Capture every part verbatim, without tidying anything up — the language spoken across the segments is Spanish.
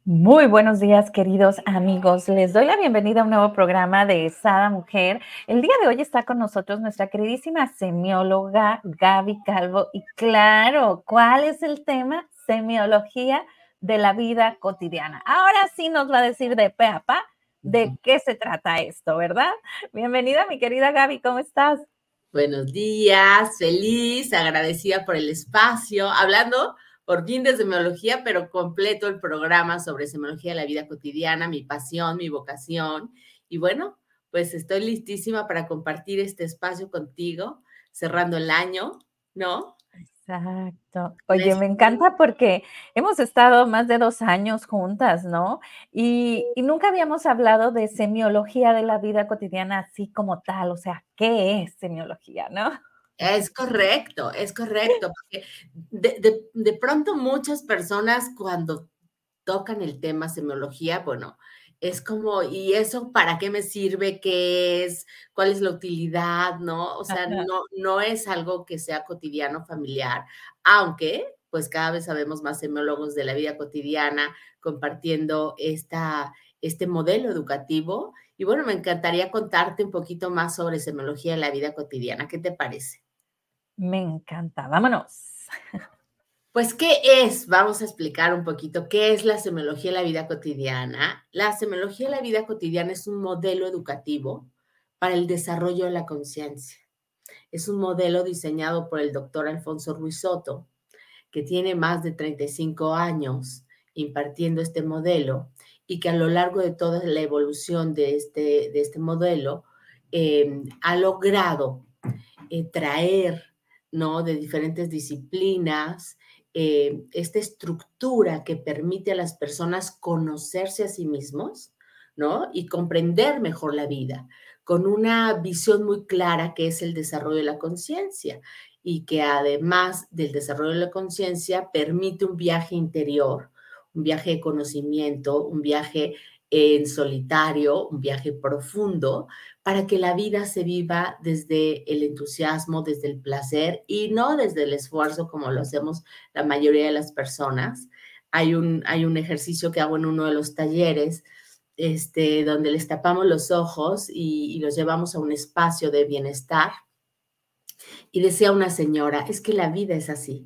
Muy buenos días, queridos amigos. Les doy la bienvenida a un nuevo programa de Sada Mujer. El día de hoy está con nosotros nuestra queridísima semióloga Gaby Calvo. Y claro, ¿cuál es el tema? Semiología de la vida cotidiana. Ahora sí nos va a decir de pe a pa de qué se trata esto, ¿verdad? Bienvenida, mi querida Gaby, ¿cómo estás? Buenos días, feliz, agradecida por el espacio, hablando por fin de semiología, pero completo el programa sobre semiología de la vida cotidiana, mi pasión, mi vocación. Y bueno, pues estoy listísima para compartir este espacio contigo, cerrando el año, ¿no? Exacto. Oye, Mes- me encanta porque hemos estado más de dos años juntas, ¿no? Y, y nunca habíamos hablado de semiología de la vida cotidiana así como tal, o sea, ¿qué es semiología, no? Es correcto, es correcto, porque de, de, de pronto muchas personas cuando tocan el tema semiología, bueno, es como, ¿y eso para qué me sirve? ¿Qué es? ¿Cuál es la utilidad? ¿No? O sea, Ajá. no, no es algo que sea cotidiano, familiar, aunque pues cada vez sabemos más semiólogos de la vida cotidiana compartiendo esta, este modelo educativo. Y bueno, me encantaría contarte un poquito más sobre semiología de la vida cotidiana. ¿Qué te parece? Me encanta. Vámonos. Pues, ¿qué es? Vamos a explicar un poquito qué es la semiología de la vida cotidiana. La semiología de la vida cotidiana es un modelo educativo para el desarrollo de la conciencia. Es un modelo diseñado por el doctor Alfonso Ruiz Soto, que tiene más de treinta y cinco años impartiendo este modelo y que a lo largo de toda la evolución de este, de este modelo eh, ha logrado eh, traer, ¿no? De diferentes disciplinas, eh, esta estructura que permite a las personas conocerse a sí mismos, ¿no? Y comprender mejor la vida, con una visión muy clara que es el desarrollo de la conciencia y que además del desarrollo de la conciencia permite un viaje interior, un viaje de conocimiento, un viaje en solitario, un viaje profundo, para que la vida se viva desde el entusiasmo, desde el placer y no desde el esfuerzo como lo hacemos la mayoría de las personas. Hay un, hay un ejercicio que hago en uno de los talleres, este, donde les tapamos los ojos y, y los llevamos a un espacio de bienestar. Y decía una señora, es que la vida es así,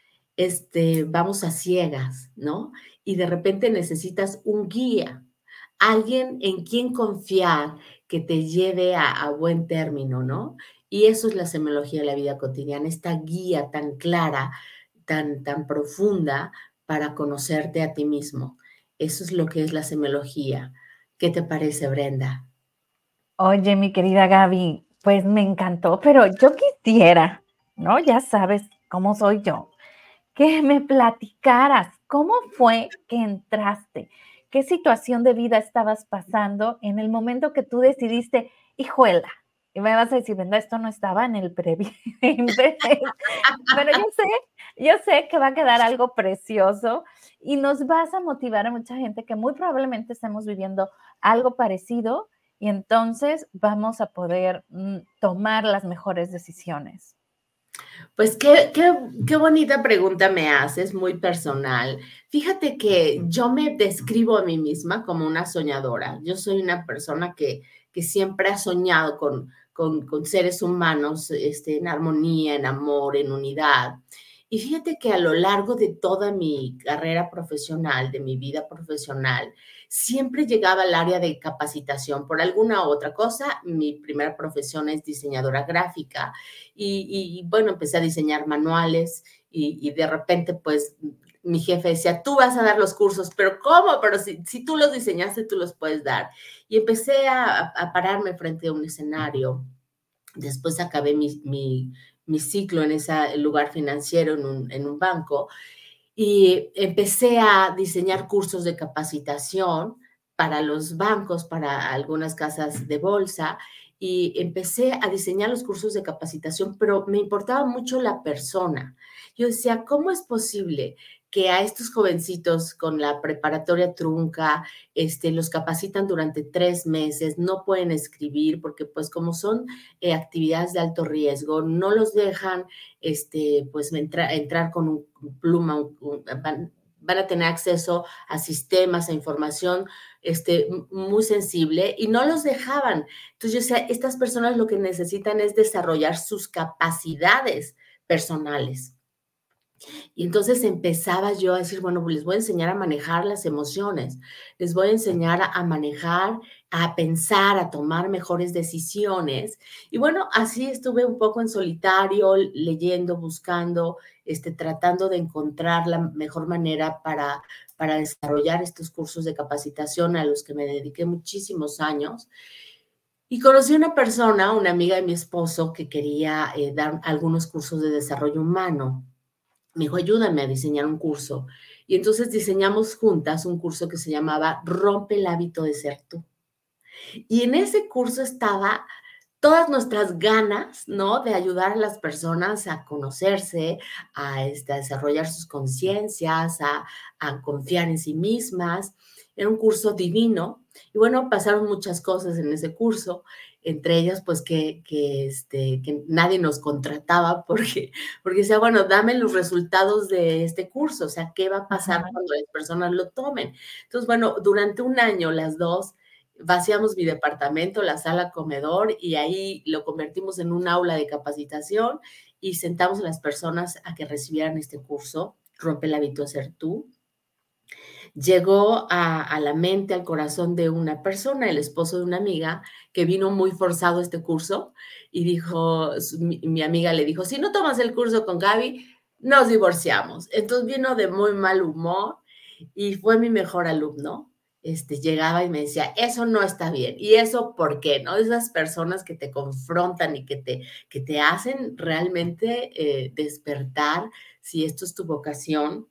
este, vamos a ciegas, ¿no? Y de repente necesitas un guía, alguien en quien confiar que te lleve a, a buen término, ¿no? Y eso es la semiología de la vida cotidiana, esta guía tan clara, tan, tan profunda para conocerte a ti mismo. Eso es lo que es la semiología. ¿Qué te parece, Brenda? Oye, mi querida Gaby, pues me encantó, pero yo quisiera, ¿no? Ya sabes cómo soy yo. Que me platicaras cómo fue que entraste, qué situación de vida estabas pasando en el momento que tú decidiste, hijuela, y me vas a decir, Brenda, esto no estaba en el previamente, pero yo sé, yo sé que va a quedar algo precioso y nos vas a motivar a mucha gente que muy probablemente estemos viviendo algo parecido y entonces vamos a poder mm, tomar las mejores decisiones. Pues qué, qué, qué bonita pregunta me haces, muy personal. Fíjate que yo me describo a mí misma como una soñadora. Yo soy una persona que, que siempre ha soñado con, con, con seres humanos este, en armonía, en amor, en unidad. Y fíjate que a lo largo de toda mi carrera profesional, de mi vida profesional, siempre llegaba al área de capacitación por alguna otra cosa. Mi primera profesión es diseñadora gráfica y, y bueno, empecé a diseñar manuales y, y, de repente pues mi jefe decía, tú vas a dar los cursos, pero ¿cómo? Pero si, si tú los diseñaste, tú los puedes dar. Y empecé a, a pararme frente a un escenario. Después acabé mi, mi, mi ciclo en ese lugar financiero, en un, en un banco, y empecé a diseñar cursos de capacitación para los bancos, para algunas casas de bolsa, y empecé a diseñar los cursos de capacitación, pero me importaba mucho la persona. Yo decía, ¿cómo es posible que a estos jovencitos con la preparatoria trunca, este, los capacitan durante tres meses, no pueden escribir porque pues como son eh, actividades de alto riesgo, no los dejan este, pues entra, entrar con un pluma, un, un, van a tener acceso a sistemas, a información este, muy sensible y no los dejaban. Entonces yo decía, estas personas lo que necesitan es desarrollar sus capacidades personales. Y entonces empezaba yo a decir, bueno, pues les voy a enseñar a manejar las emociones, les voy a enseñar a, a manejar, a pensar, a tomar mejores decisiones. Y bueno, así estuve un poco en solitario, leyendo, buscando, este, tratando de encontrar la mejor manera para, para desarrollar estos cursos de capacitación a los que me dediqué muchísimos años. Y conocí una persona, una amiga de mi esposo, que quería eh, dar algunos cursos de desarrollo humano. Me dijo, ayúdame a diseñar un curso. Y entonces diseñamos juntas un curso que se llamaba Rompe el hábito de ser tú. Y en ese curso estaba todas nuestras ganas, ¿no? De ayudar a las personas a conocerse, a, este, a desarrollar sus conciencias, a, a confiar en sí mismas. Era un curso divino. Y bueno, pasaron muchas cosas en ese curso, entre ellas, pues que, que, este, que nadie nos contrataba porque, porque decía, bueno, dame los resultados de este curso, o sea, ¿qué va a pasar Ajá. cuando las personas lo tomen? Entonces, bueno, durante un año las dos vaciamos mi departamento, la sala comedor, y ahí lo convertimos en un aula de capacitación y sentamos a las personas a que recibieran este curso, Rompe el hábito de ser tú. Llegó a, a la mente, al corazón de una persona, el esposo de una amiga, que vino muy forzado a este curso y dijo, su- mi, mi amiga le dijo, si no tomas el curso con Gaby, nos divorciamos. Entonces vino de muy mal humor y fue mi mejor alumno. Este, llegaba y me decía, eso no está bien. ¿Y eso por qué? ¿No? Esas personas que te confrontan y que te, que te hacen realmente eh, despertar si esto es tu vocación.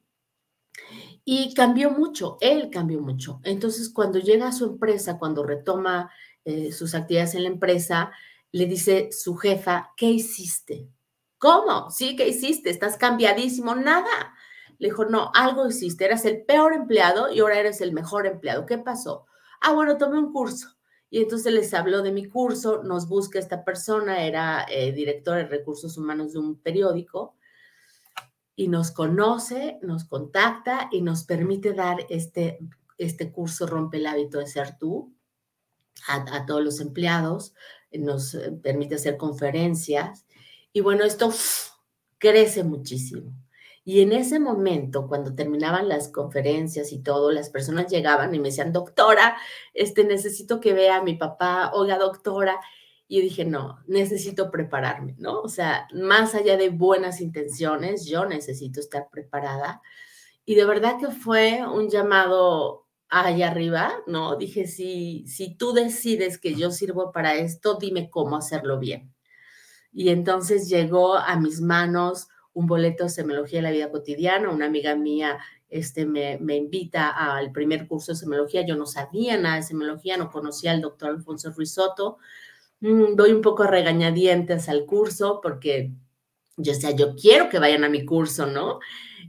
Y cambió mucho, él cambió mucho. Entonces, cuando llega a su empresa, cuando retoma eh, sus actividades en la empresa, le dice su jefa, ¿qué hiciste? ¿Cómo? Sí, ¿qué hiciste? Estás cambiadísimo. Nada. Le dijo, no, algo hiciste. Eras el peor empleado y ahora eres el mejor empleado. ¿Qué pasó? Ah, bueno, tomé un curso. Y entonces les habló de mi curso, nos busca esta persona, era eh, director de recursos humanos de un periódico, y nos conoce, nos contacta y nos permite dar este, este curso Rompe el hábito de ser tú a, a todos los empleados, nos eh, permite hacer conferencias y bueno, esto uf, crece muchísimo. Y en ese momento, cuando terminaban las conferencias y todo, las personas llegaban y me decían, doctora, este, necesito que vea a mi papá, oiga, doctora. Y yo dije, no, necesito prepararme, ¿no? O sea, más allá de buenas intenciones, yo necesito estar preparada. Y de verdad que fue un llamado allá arriba, ¿no? Dije, si, si tú decides que yo sirvo para esto, dime cómo hacerlo bien. Y entonces llegó a mis manos un boleto de semiología de la vida cotidiana. Una amiga mía este, me, me invita al primer curso de semiología. Yo no sabía nada de semiología, no conocía al doctor Alfonso Ruiz Soto. Mm, doy un poco a regañadientes al curso porque yo decía, yo quiero que vayan a mi curso, ¿no?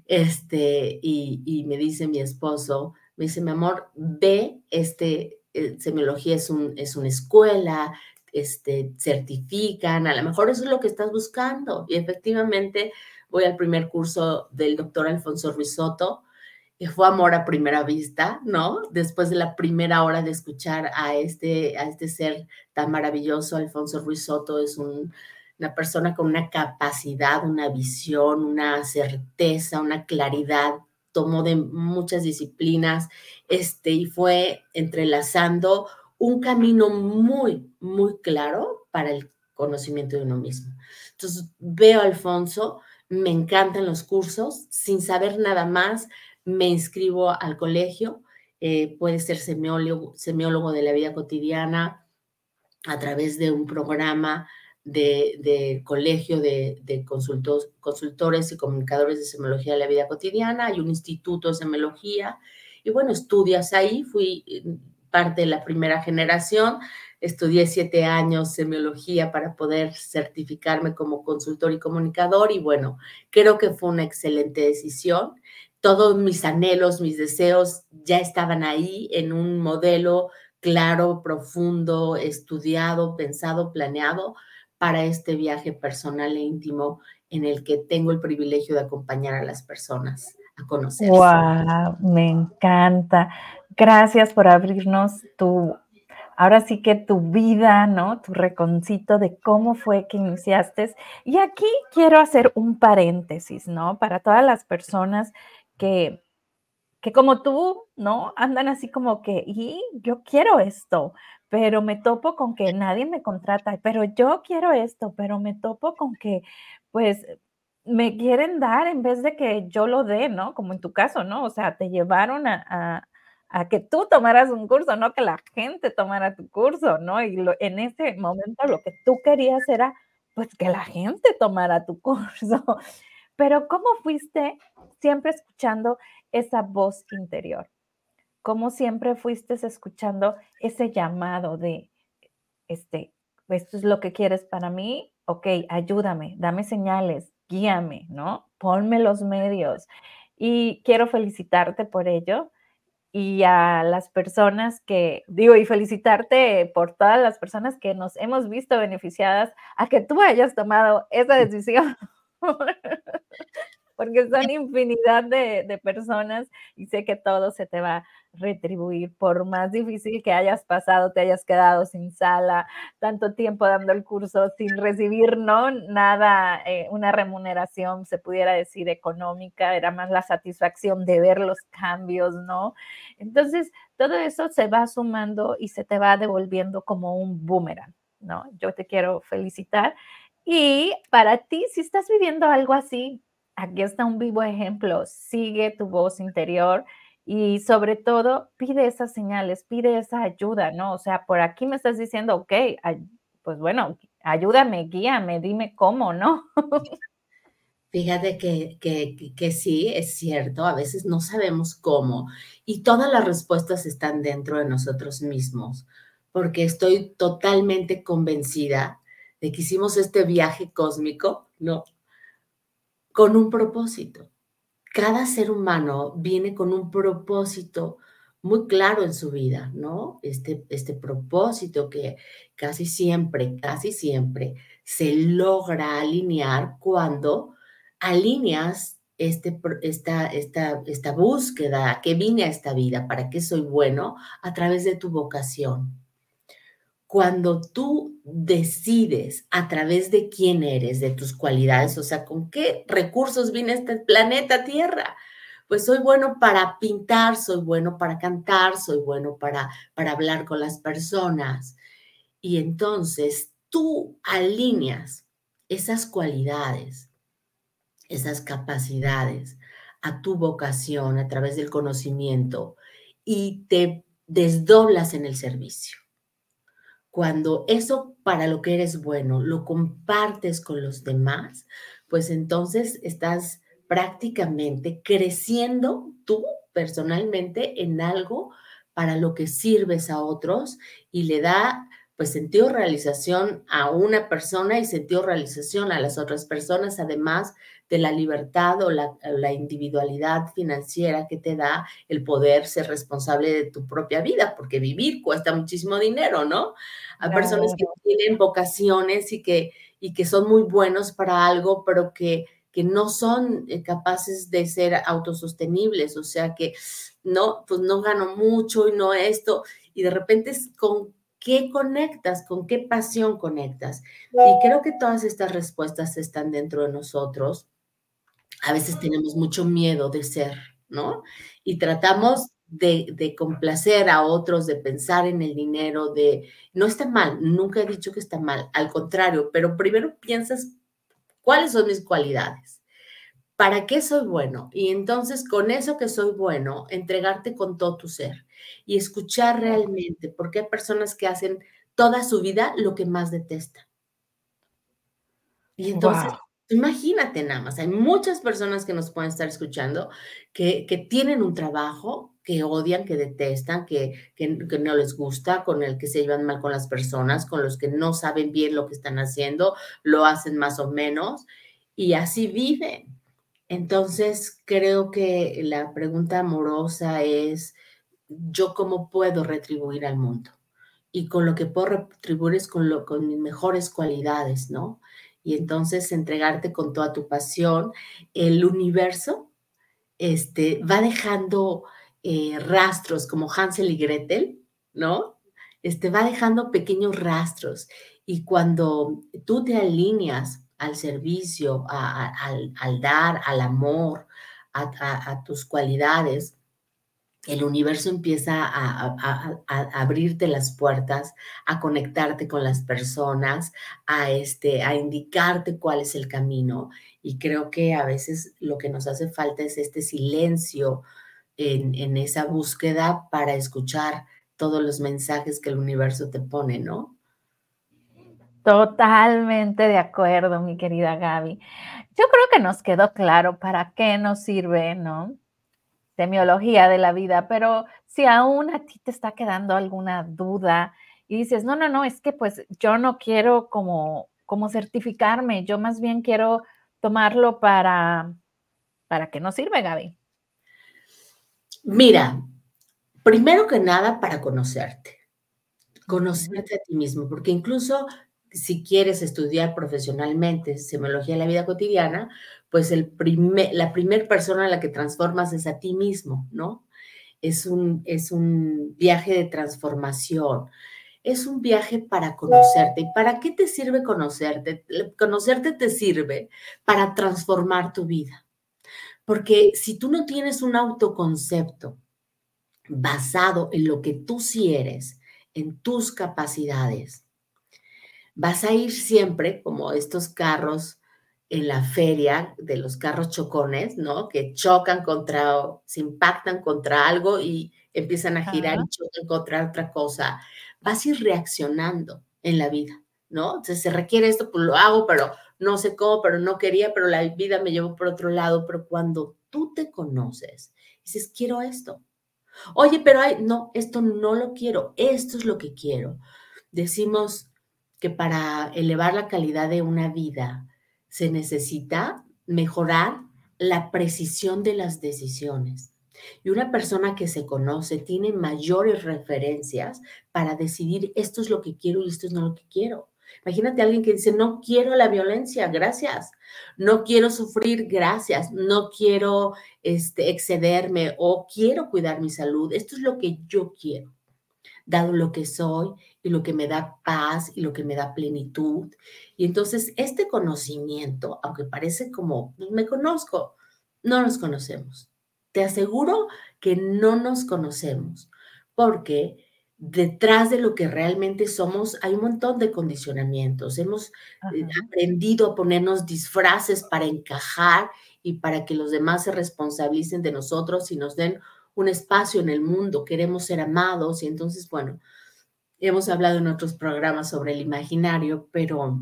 Este, y, y me dice mi esposo, me dice, mi amor, ve, este, eh, semiología es, un, es una escuela, este, certifican, a lo mejor eso es lo que estás buscando. Y efectivamente voy al primer curso del doctor Alfonso Ruiz Soto, que fue amor a primera vista, ¿no? Después de la primera hora de escuchar a este, a este ser tan maravilloso, Alfonso Ruiz Soto es un, una persona con una capacidad, una visión, una certeza, una claridad, tomó de muchas disciplinas, este, y fue entrelazando un camino muy, muy claro para el conocimiento de uno mismo. Entonces, veo a Alfonso, me encantan los cursos, sin saber nada más, me inscribo al colegio, eh, puede ser semiólogo, semiólogo de la vida cotidiana a través de un programa de, de colegio de, de consultos, consultores y comunicadores de semiología de la vida cotidiana, hay un instituto de semiología, y bueno, estudias ahí, fui parte de la primera generación, estudié siete años semiología para poder certificarme como consultor y comunicador, y bueno, creo que fue una excelente decisión. Todos mis anhelos, mis deseos ya estaban ahí en un modelo claro, profundo, estudiado, pensado, planeado para este viaje personal e íntimo en el que tengo el privilegio de acompañar a las personas a conocerse. Guau, me encanta. Gracias por abrirnos tu ahora sí que tu vida, ¿no? Tu reconcito de cómo fue que iniciaste. Y aquí quiero hacer un paréntesis, ¿no? Para todas las personas que que como tú, ¿no? Andan así como que, y yo quiero esto, pero me topo con que nadie me contrata, pero yo quiero esto, pero me topo con que, pues, me quieren dar en vez de que yo lo dé, ¿no? Como en tu caso, ¿no? O sea, te llevaron a, a, a que tú tomaras un curso, no que la gente tomara tu curso, ¿no? Y lo, en ese momento lo que tú querías era, pues, que la gente tomara tu curso. Pero ¿cómo fuiste siempre escuchando esa voz interior? ¿Cómo siempre fuiste escuchando ese llamado de, este, esto es lo que quieres para mí? Okey, ayúdame, dame señales, guíame, ¿no? Ponme los medios. Y quiero felicitarte por ello, y a las personas que digo, y felicitarte por todas las personas que nos hemos visto beneficiadas a que tú hayas tomado esa decisión. Porque son infinidad de de personas y sé que todo se te va a retribuir, por más difícil que hayas pasado, te hayas quedado sin sala, tanto tiempo dando el curso sin recibir, ¿no? Nada, eh, una remuneración, se pudiera decir, económica, era más la satisfacción de ver los cambios, ¿no? Entonces, todo eso se va sumando y se te va devolviendo como un boomerang, ¿no? Yo te quiero felicitar. Y para ti, si estás viviendo algo así, aquí está un vivo ejemplo. Sigue tu voz interior y sobre todo pide esas señales, pide esa ayuda, ¿no? O sea, por aquí me estás diciendo, ok, ay, pues bueno, ayúdame, guíame, dime cómo, ¿no? Fíjate que, que, que, que sí, es cierto, a veces no sabemos cómo y todas las respuestas están dentro de nosotros mismos, porque estoy totalmente convencida de que hicimos este viaje cósmico, ¿no? Con un propósito. Cada ser humano viene con un propósito muy claro en su vida, ¿no? Este, este propósito que casi siempre, casi siempre se logra alinear cuando alineas este, pro- esta, esta, esta búsqueda que vine a esta vida, para qué soy bueno, a través de tu vocación. Cuando tú decides a través de quién eres, de tus cualidades, o sea, con qué recursos viene este planeta Tierra. Pues soy bueno para pintar, soy bueno para cantar, soy bueno para, para hablar con las personas. Y entonces tú alineas esas cualidades, esas capacidades a tu vocación a través del conocimiento y te desdoblas en el servicio. Cuando eso para lo que eres bueno lo compartes con los demás, pues entonces estás prácticamente creciendo tú personalmente en algo para lo que sirves a otros y le da pues sentido de realización a una persona y sentido de realización a las otras personas, además de la libertad o la, la individualidad financiera que te da el poder ser responsable de tu propia vida, porque vivir cuesta muchísimo dinero, ¿no? A personas que Claro, tienen vocaciones y que, y que son muy buenos para algo, pero que, que no son eh, capaces de ser autosostenibles, o sea que no, pues no gano mucho y no esto, y de repente es con qué conectas, con qué pasión conectas. Y creo que todas estas respuestas están dentro de nosotros. A veces tenemos mucho miedo de ser, ¿no? Y tratamos de, de complacer a otros, de pensar en el dinero, de... No está mal, nunca he dicho que está mal, al contrario, pero primero piensas cuáles son mis cualidades, para qué soy bueno, y entonces con eso que soy bueno, entregarte con todo tu ser y escuchar realmente, porque hay personas que hacen toda su vida lo que más detestan. Y entonces, wow. imagínate nada más, hay muchas personas que nos pueden estar escuchando que, que tienen un trabajo que odian, que detestan, que, que, que no les gusta, con el que se llevan mal con las personas, con los que no saben bien lo que están haciendo, lo hacen más o menos, y así viven. Entonces, creo que la pregunta amorosa es, ¿yo cómo puedo retribuir al mundo? Y con lo que puedo retribuir es con, lo, con mis mejores cualidades, ¿no? Y entonces entregarte con toda tu pasión. El universo este, va dejando eh, rastros como Hansel y Gretel, ¿no? Este, va dejando pequeños rastros y cuando tú te alineas al servicio, a- a- al, al dar, al amor, a, a- a tus cualidades, el universo empieza a, a- a- a abrirte las puertas, a conectarte con las personas, a, este, a indicarte cuál es el camino. Y creo que a veces lo que nos hace falta es este silencio en, en esa búsqueda para escuchar todos los mensajes que el universo te pone, ¿no? Totalmente de acuerdo, mi querida Gaby. Yo creo que nos quedó claro para qué nos sirve, ¿no? Semiología de la vida, pero si aún a ti te está quedando alguna duda y dices, no, no, no, es que pues yo no quiero como, como certificarme, yo más bien quiero tomarlo para, ¿para qué nos sirve, Gaby? Mira, primero que nada para conocerte. Ujú. Conocerte a ti mismo, porque incluso si quieres estudiar profesionalmente semiología de la vida cotidiana, pues el primer, la primera persona a la que transformas es a ti mismo, ¿no? Es un, es un viaje de transformación, es un viaje para conocerte. ¿Y para qué te sirve conocerte? Conocerte te sirve para transformar tu vida, porque si tú no tienes un autoconcepto basado en lo que tú sí eres, en tus capacidades, vas a ir siempre como estos carros en la feria de los carros chocones, ¿no? Que chocan contra, se impactan contra algo y empiezan a girar Ajá. y chocan contra otra cosa. Vas a ir reaccionando en la vida, ¿no? Entonces se requiere esto, pues lo hago, pero no sé cómo, pero no quería, pero la vida me llevó por otro lado. Pero cuando tú te conoces, dices, quiero esto. Oye, pero hay, no, esto no lo quiero, esto es lo que quiero. Decimos que para elevar la calidad de una vida se necesita mejorar la precisión de las decisiones. Y una persona que se conoce tiene mayores referencias para decidir esto es lo que quiero y esto es no lo que quiero. Imagínate a alguien que dice, no quiero la violencia, gracias. No quiero sufrir, gracias. No quiero este, excederme o quiero cuidar mi salud. Esto es lo que yo quiero, dado lo que soy y lo que me da paz y lo que me da plenitud. Y entonces este conocimiento, aunque parece como, pues me conozco, no nos conocemos. Te aseguro que no nos conocemos, porque detrás de lo que realmente somos hay un montón de condicionamientos. Hemos eh, Ajá. aprendido a ponernos disfraces para encajar y para que los demás se responsabilicen de nosotros y nos den un espacio en el mundo, queremos ser amados y entonces, bueno, hemos hablado en otros programas sobre el imaginario, pero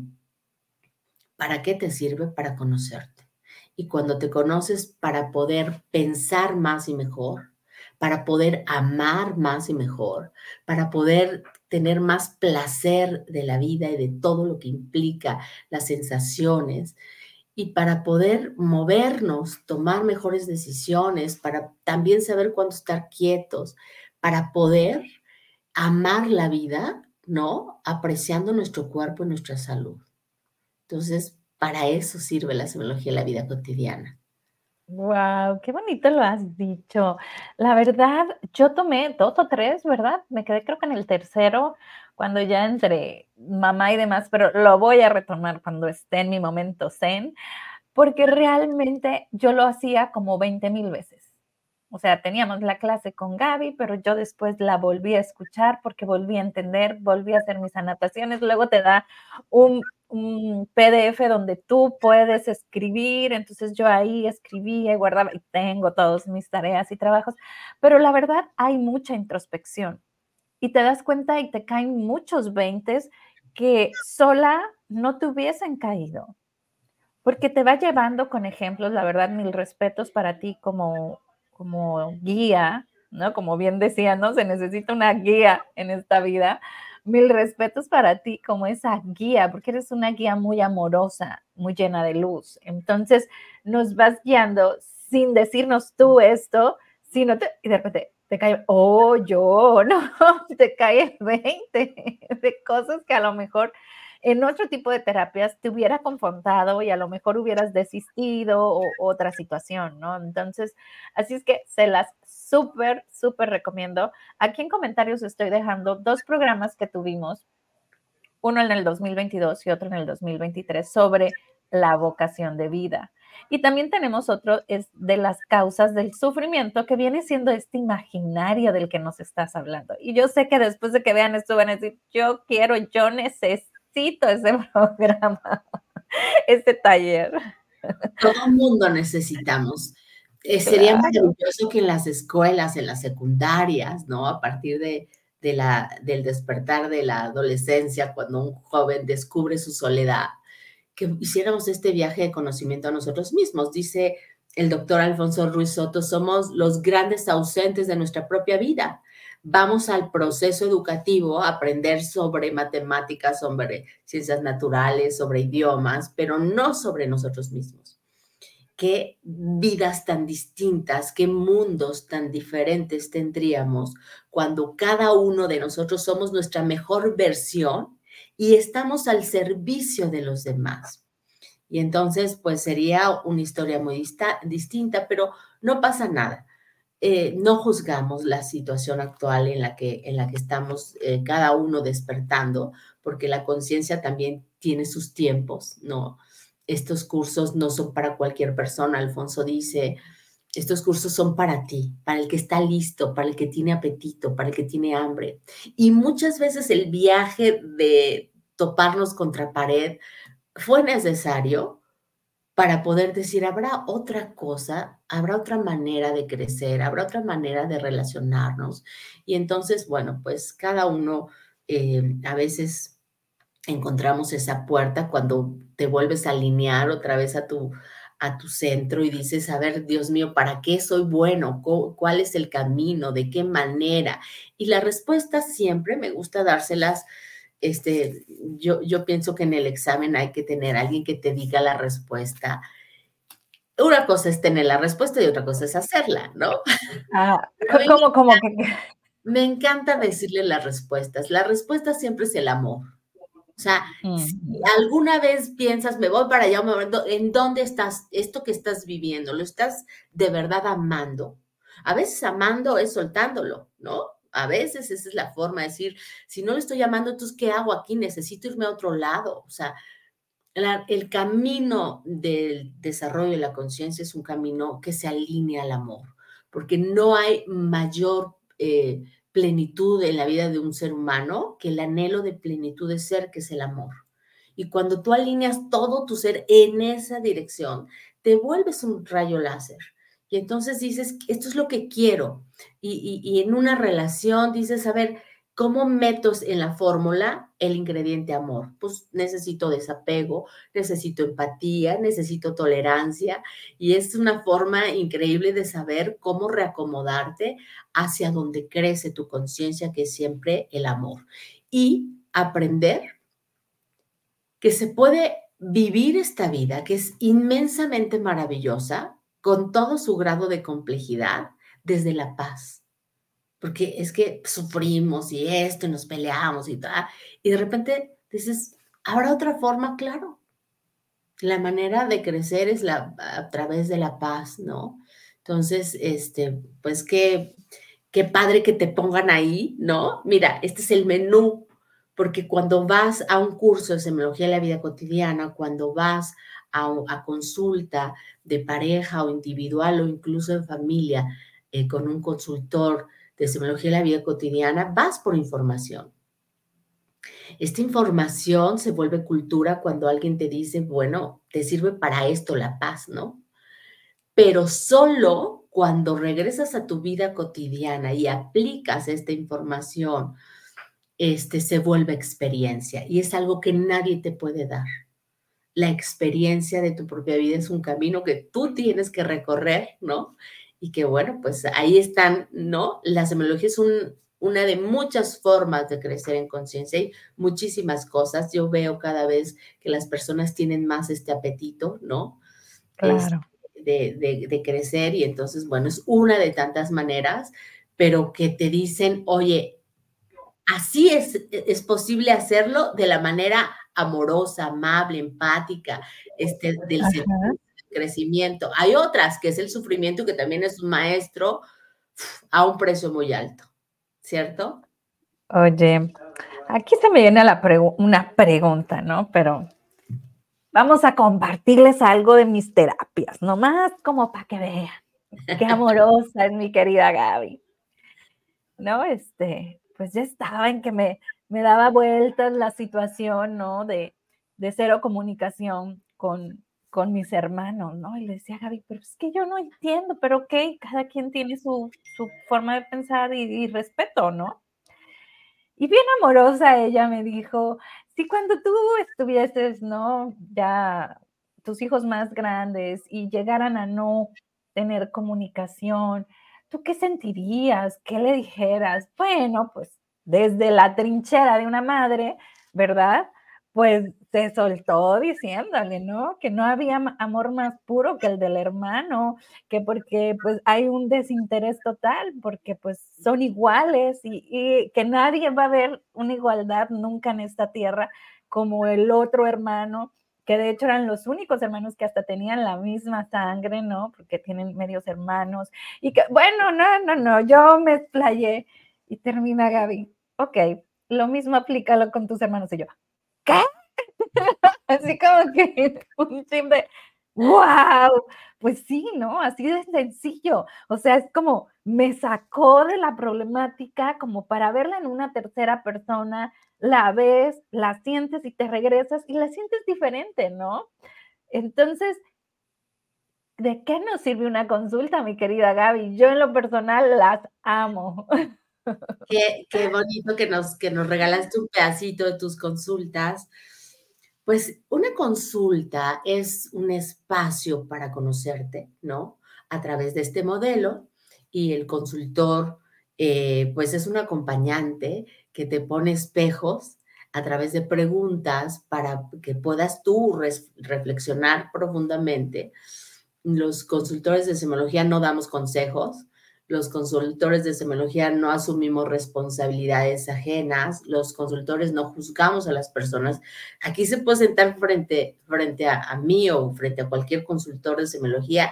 ¿para qué te sirve? Para conocerte. Y cuando te conoces para poder pensar más y mejor, para poder amar más y mejor, para poder tener más placer de la vida y de todo lo que implica las sensaciones, y para poder movernos, tomar mejores decisiones, para también saber cuándo estar quietos, para poder amar la vida, ¿no? Apreciando nuestro cuerpo y nuestra salud. Entonces, para eso sirve la semiología de la vida cotidiana. Guau, qué bonito lo has dicho. La verdad, yo tomé dos o tres, ¿verdad? Me quedé creo que en el tercero, cuando ya entre mamá y demás, pero lo voy a retomar cuando esté en mi momento zen, porque realmente yo lo hacía como veinte mil veces. O sea, teníamos la clase con Gaby, pero yo después la volví a escuchar porque volví a entender, volví a hacer mis anotaciones. Luego te da un, un P D F donde tú puedes escribir. Entonces yo ahí escribía y guardaba y tengo todas mis tareas y trabajos. Pero la verdad hay mucha introspección y te das cuenta y te caen muchos veintes que sola no te hubiesen caído. Porque te va llevando con ejemplos, la verdad, mil respetos para ti como, como guía, ¿no? Como bien decía, ¿no? Se necesita una guía en esta vida. Mil respetos para ti como esa guía, porque eres una guía muy amorosa, muy llena de luz. Entonces, nos vas guiando sin decirnos tú esto, sino te, y de repente te cae, oh, yo, no, te cae el veinte de cosas que a lo mejor en otro tipo de terapias te hubiera confrontado y a lo mejor hubieras desistido o otra situación, ¿no? Entonces, así es que se las súper, súper recomiendo. Aquí en comentarios estoy dejando dos programas que tuvimos, uno en el dos mil veintidós y otro en el dos mil veintitrés, sobre la vocación de vida. Y también tenemos otro, es de las causas del sufrimiento, que viene siendo este imaginario del que nos estás hablando. Y yo sé que después de que vean esto van a decir, yo quiero, yo necesito ese programa, ese taller. Todo mundo necesitamos. Eh, sería Claro. maravilloso que en las escuelas, en las secundarias, ¿no? A partir de, de la, del despertar de la adolescencia, cuando un joven descubre su soledad, que hiciéramos este viaje de conocimiento a nosotros mismos. Dice el doctor Alfonso Ruiz Soto, somos los grandes ausentes de nuestra propia vida. Vamos al proceso educativo a aprender sobre matemáticas, sobre ciencias naturales, sobre idiomas, pero no sobre nosotros mismos. Qué vidas tan distintas, qué mundos tan diferentes tendríamos cuando cada uno de nosotros somos nuestra mejor versión y estamos al servicio de los demás. Y entonces, pues sería una historia muy dista- distinta, pero no pasa nada. Eh, no juzgamos la situación actual en la que, en la que estamos eh, cada uno despertando, porque la conciencia también tiene sus tiempos, ¿no? Estos cursos no son para cualquier persona, Alfonso dice, estos cursos son para ti, para el que está listo, para el que tiene apetito, para el que tiene hambre. Y muchas veces el viaje de toparnos contra pared fue necesario para poder decir, habrá otra cosa, habrá otra manera de crecer, habrá otra manera de relacionarnos. Y entonces, bueno, pues cada uno eh, a veces encontramos esa puerta cuando te vuelves a alinear otra vez a tu, a tu centro y dices, a ver, Dios mío, ¿para qué soy bueno? ¿Cuál es el camino? ¿De qué manera? Y la respuesta siempre me gusta dárselas. Este, yo, yo pienso que en el examen hay que tener a alguien que te diga la respuesta. Una cosa es tener la respuesta y otra cosa es hacerla, ¿no? Ah, A mí ¿cómo, cómo que? me encanta decirle las respuestas. La respuesta siempre es el amor. O sea, si Ujú. alguna vez piensas, me voy para allá, me voy, ¿en dónde estás? Esto que estás viviendo, ¿lo estás de verdad amando? A veces amando es soltándolo, ¿no? A veces esa es la forma de decir, si no lo estoy amando, entonces, ¿qué hago aquí? Necesito irme a otro lado. O sea, la- el camino del desarrollo de la conciencia es un camino que se alinea al amor, porque no hay mayor eh, plenitud en la vida de un ser humano que el anhelo de plenitud de ser, que es el amor. Y cuando tú alineas todo tu ser en esa dirección, te vuelves un rayo láser. Y entonces dices, esto es lo que quiero. Y, y, y en una relación dices, a ver, ¿cómo meto en la fórmula el ingrediente amor? Pues necesito desapego, necesito empatía, necesito tolerancia y es una forma increíble de saber cómo reacomodarte hacia donde crece tu conciencia, que es siempre el amor. Y aprender que se puede vivir esta vida, que es inmensamente maravillosa, con todo su grado de complejidad, desde la paz. Porque es que sufrimos y esto, y nos peleamos y tal, y de repente dices, ¿habrá otra forma? Claro. La manera de crecer es la, a través de la paz, ¿no? Entonces, este, pues qué, qué padre que te pongan ahí, ¿no? Mira, este es el menú, porque cuando vas a un curso de semiología de la vida cotidiana, cuando vas a, a consulta de pareja o individual o incluso en familia eh, con un consultor de semiología de la vida cotidiana, vas por información. Esta información se vuelve cultura cuando alguien te dice, bueno, te sirve para esto la paz, ¿no? Pero solo cuando regresas a tu vida cotidiana y aplicas esta información, este, se vuelve experiencia y es algo que nadie te puede dar. La experiencia de tu propia vida es un camino que tú tienes que recorrer, ¿no? Y que bueno, pues ahí están, ¿no? La semiología es un, una de muchas formas de crecer en conciencia y muchísimas cosas. Yo veo cada vez que las personas tienen más este apetito, ¿no? Es Claro. de, de, de crecer y entonces, bueno, es una de tantas maneras, pero que te dicen, oye, así es, es posible hacerlo de la manera amorosa, amable, empática, este, del Ajá. crecimiento. Hay otras que es el sufrimiento, que también es un maestro a un precio muy alto, ¿cierto? Oye, aquí se me viene la pregu una pregunta, ¿no? Pero vamos a compartirles algo de mis terapias, nomás como para que vean qué amorosa es mi querida Gaby. ¿No? Este, pues ya estaba en que me me daba vueltas la situación, ¿no? De de cero comunicación con con mis hermanos, ¿no? Y le decía a Gaby: "Pero es que yo no entiendo, pero okey, cada quien tiene su su forma de pensar y y respeto", ¿no? Y bien amorosa ella me dijo: "Si cuando tú estuvieses, ¿no? Ya tus hijos más grandes y llegaran a no tener comunicación, ¿tú qué sentirías? ¿Qué le dijeras?". Bueno, pues desde la trinchera de una madre, ¿verdad? Pues se soltó diciéndole, ¿no? Que no había ma- amor más puro que el del hermano, que porque pues hay un desinterés total, porque pues son iguales y, y que nadie va a ver una igualdad nunca en esta tierra como el otro hermano, que de hecho eran los únicos hermanos que hasta tenían la misma sangre, ¿no? Porque tienen medios hermanos. Y que, bueno, no, no, no, yo me explayé y termina Gaby. Ok, lo mismo aplícalo con tus hermanos. Y yo, ¿qué? Así como que un chip de, ¡wow! Pues sí, ¿no? Así de sencillo. O sea, es como me sacó de la problemática como para verla en una tercera persona, la ves, la sientes y te regresas y la sientes diferente, ¿no? Entonces, ¿de qué nos sirve una consulta, mi querida Gaby? Yo en lo personal las amo. Qué, qué bonito que nos, que nos regalaste un pedacito de tus consultas. Pues una consulta es un espacio para conocerte, ¿no? A través de este modelo y el consultor, eh, pues es un acompañante que te pone espejos a través de preguntas para que puedas tú res- reflexionar profundamente. Los consultores de semiología no damos consejos, los consultores de semiología no asumimos responsabilidades ajenas, los consultores no juzgamos a las personas. Aquí se puede sentar frente, frente a, a mí o frente a cualquier consultor de semiología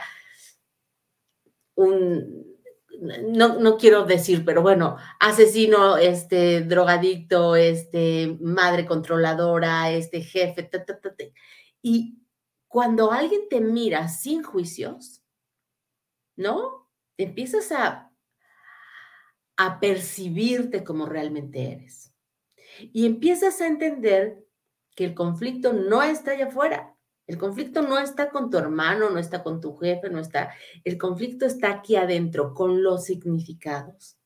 un, no, no quiero decir, pero bueno, asesino, este, drogadicto, este, madre controladora, este, jefe, ta, ta, ta, ta. Y cuando alguien te mira sin juicios, ¿no? Empiezas a, a percibirte como realmente eres. Y empiezas a entender que el conflicto no está allá afuera. El conflicto no está con tu hermano, no está con tu jefe, no está. El conflicto está aquí adentro, con los significados.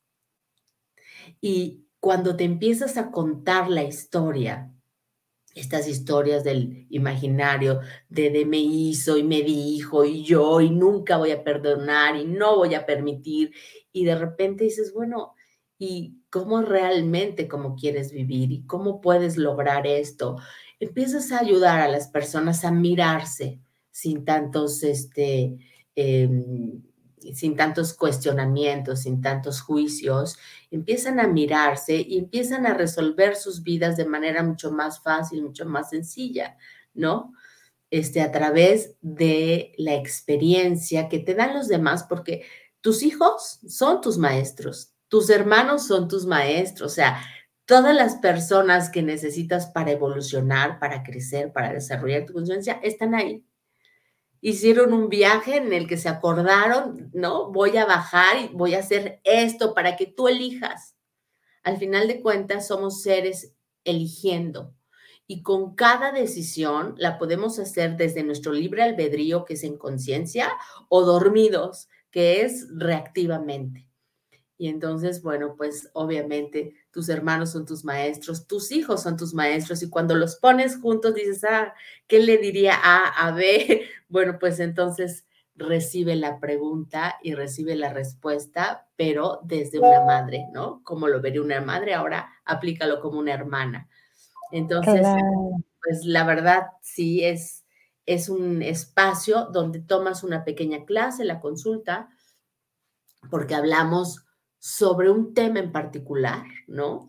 Y cuando te empiezas a contar la historia, estas historias del imaginario, de, de me hizo y me dijo y yo y nunca voy a perdonar y no voy a permitir, y de repente dices, bueno, ¿y cómo realmente cómo quieres vivir y cómo puedes lograr esto? Empiezas a ayudar a las personas a mirarse sin tantos, este, em, sin tantos cuestionamientos, sin tantos juicios, empiezan a mirarse y empiezan a resolver sus vidas de manera mucho más fácil, mucho más sencilla, ¿no? Este, a través de la experiencia que te dan los demás, porque tus hijos son tus maestros, tus hermanos son tus maestros, o sea, todas las personas que necesitas para evolucionar, para crecer, para desarrollar tu conciencia, están ahí. Hicieron un viaje en el que se acordaron, ¿no? Voy a bajar y voy a hacer esto para que tú elijas. Al final de cuentas, somos seres eligiendo y con cada decisión la podemos hacer desde nuestro libre albedrío, que es en conciencia, o dormidos, que es reactivamente. Y entonces, bueno, pues obviamente tus hermanos son tus maestros, tus hijos son tus maestros y cuando los pones juntos dices, ah, ¿qué le diría A a B? Bueno, pues entonces recibe la pregunta y recibe la respuesta, pero desde una madre, ¿no? Como lo vería una madre, ahora aplícalo como una hermana. Entonces, Claro. pues la verdad sí es, es un espacio donde tomas una pequeña clase, la consulta, porque hablamos sobre un tema en particular, ¿no?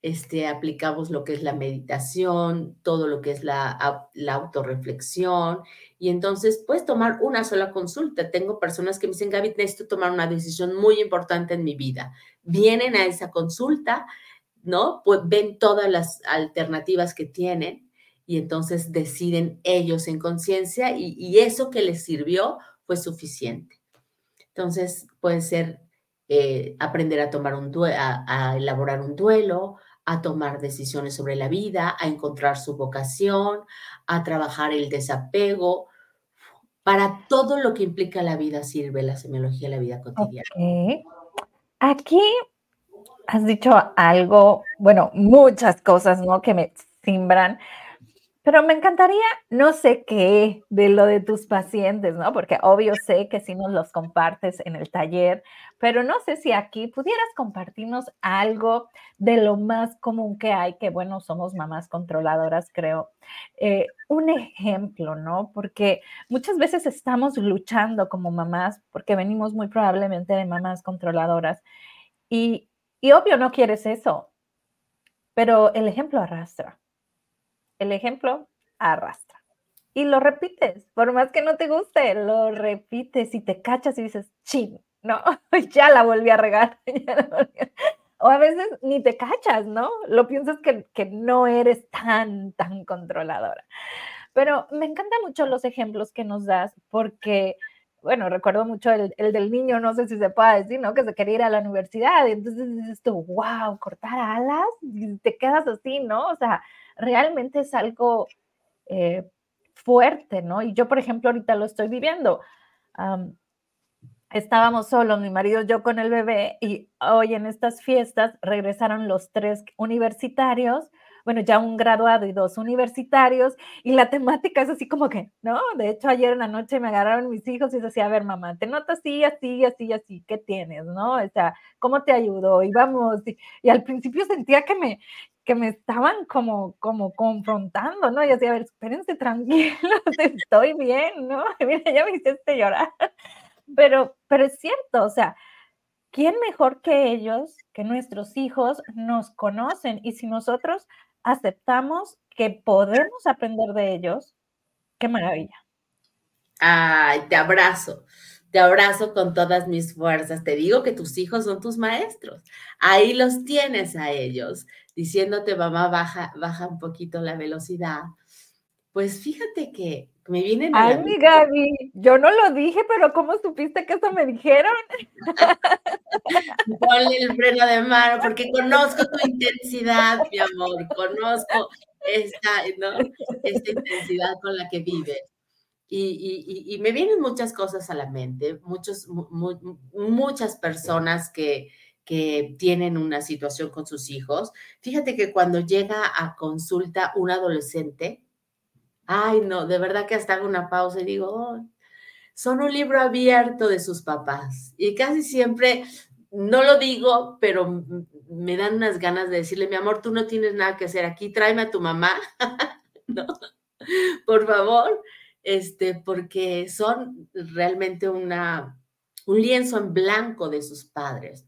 este, aplicamos lo que es la meditación, todo lo que es la, la autorreflexión, y entonces puedes tomar una sola consulta. Tengo personas que me dicen, Gaby, necesito tomar una decisión muy importante en mi vida. Vienen a esa consulta, ¿no? Pues ven todas las alternativas que tienen y entonces deciden ellos en conciencia y, y eso que les sirvió fue suficiente. Entonces puede ser eh, aprender a tomar un duelo, a, a elaborar un duelo, a tomar decisiones sobre la vida, a encontrar su vocación, a trabajar el desapego. Para todo lo que implica la vida sirve la semiología de la vida cotidiana. Ok. Aquí has dicho algo, bueno, muchas cosas, ¿no? Que me simbran, pero me encantaría, no sé qué, de lo de tus pacientes, ¿no? Porque obvio sé que sí nos los compartes en el taller, pero no sé si aquí pudieras compartirnos algo de lo más común que hay, que bueno, somos mamás controladoras, creo. Eh, un ejemplo, ¿no? Porque muchas veces estamos luchando como mamás, porque venimos muy probablemente de mamás controladoras y, y obvio no quieres eso, pero el ejemplo arrastra. El ejemplo arrastra. Y lo repites, por más que no te guste, lo repites y te cachas y dices, chin, no, ya la volví a regar. Ya la volví a... O a veces ni te cachas, ¿no? Lo piensas que, que no eres tan, tan controladora. Pero me encantan mucho los ejemplos que nos das porque, bueno, recuerdo mucho el, el del niño, no sé si se puede decir, ¿no? Que se quería ir a la universidad y entonces dices tú, wow, cortar alas y te quedas así, ¿no? O sea, realmente es algo eh, fuerte, ¿no? Y yo, por ejemplo, ahorita lo estoy viviendo. Um, estábamos solos, mi marido y yo con el bebé, y hoy en estas fiestas regresaron los tres universitarios, bueno, ya un graduado y dos universitarios, y la temática es así como que, ¿no? De hecho, ayer en la noche me agarraron mis hijos y decía, a ver, mamá, te noto así, así, así, así, ¿qué tienes, no? O sea, ¿cómo te ayudo? Y vamos, y, y al principio sentía que me, que me estaban como, como confrontando, ¿no? Y decía, a ver, espérense tranquilos, estoy bien, ¿no? Mira, ya me hiciste llorar. Pero, pero es cierto, o sea, ¿quién mejor que ellos, que nuestros hijos, nos conocen? Y si nosotros aceptamos que podemos aprender de ellos, qué maravilla. Ay, te abrazo, te abrazo con todas mis fuerzas. Te digo que tus hijos son tus maestros. Ahí los tienes a ellos, diciéndote, mamá, baja, baja un poquito la velocidad. Pues fíjate que me vienen a Ay, la mi mente. Gaby, yo no lo dije, pero ¿cómo supiste que eso me dijeron? Ponle el freno de mano, porque conozco tu intensidad, mi amor, conozco esta, ¿no? Esta intensidad con la que vives. Y, y, y, me vienen muchas cosas a la mente, muchos, mu, mu, muchas personas que, que tienen una situación con sus hijos. Fíjate que cuando llega a consulta un adolescente, ay, no, de verdad que hasta hago una pausa y digo, oh, son un libro abierto de sus papás. Y casi siempre, no lo digo, pero me dan unas ganas de decirle, mi amor, tú no tienes nada que hacer aquí, tráeme a tu mamá, ¿no? Por favor, este, porque son realmente una, un lienzo en blanco de sus padres.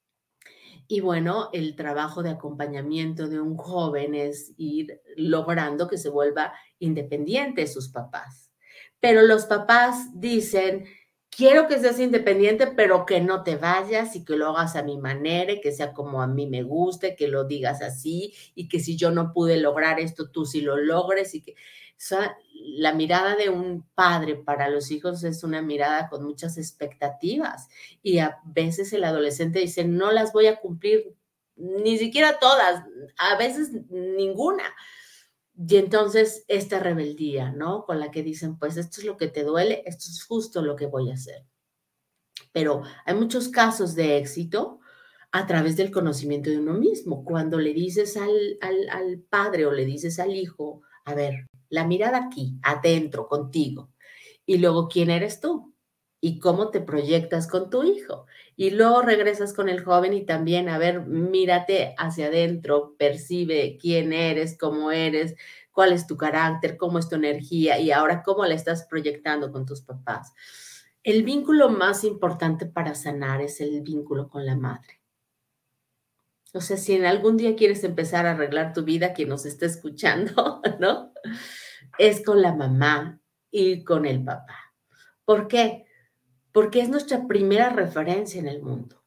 Y bueno, el trabajo de acompañamiento de un joven es ir logrando que se vuelva independiente de sus papás. Pero los papás dicen, quiero que seas independiente, pero que no te vayas y que lo hagas a mi manera, y que sea como a mí me guste, que lo digas así y que si yo no pude lograr esto, tú sí lo logres y que o sea, la mirada de un padre para los hijos es una mirada con muchas expectativas y a veces el adolescente dice, no las voy a cumplir ni siquiera todas, a veces ninguna. Y entonces esta rebeldía, ¿no? Con la que dicen, pues esto es lo que te duele, esto es justo lo que voy a hacer. Pero hay muchos casos de éxito a través del conocimiento de uno mismo. Cuando le dices al, al, al padre o le dices al hijo, a ver, la mirada aquí, adentro, contigo. Y luego, ¿quién eres tú? ¿Y cómo te proyectas con tu hijo? Y luego regresas con el joven y también, a ver, mírate hacia adentro, percibe quién eres, cómo eres, cuál es tu carácter, cómo es tu energía y ahora cómo la estás proyectando con tus papás. El vínculo más importante para sanar es el vínculo con la madre. O sea, si en algún día quieres empezar a arreglar tu vida, quien nos está escuchando, ¿no? Es con la mamá y con el papá. ¿Por qué? Porque es nuestra primera referencia en el mundo.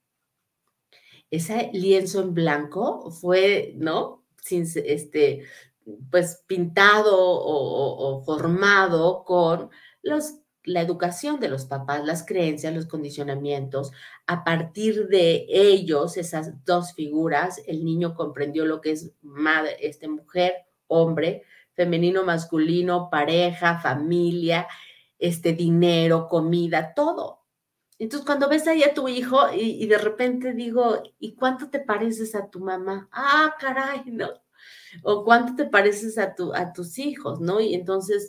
Ese lienzo en blanco fue, ¿no? Sin, este, pues pintado o, o, o formado con los, la educación de los papás, las creencias, los condicionamientos. A partir de ellos, esas dos figuras, el niño comprendió lo que es madre, este, mujer, hombre, femenino, masculino, pareja, familia, este, dinero, comida, todo. Entonces, cuando ves ahí a tu hijo y, y de repente digo, ¿y cuánto te pareces a tu mamá? Ah, caray, ¿no? O cuánto te pareces a, tu, a tus hijos, ¿no? Y entonces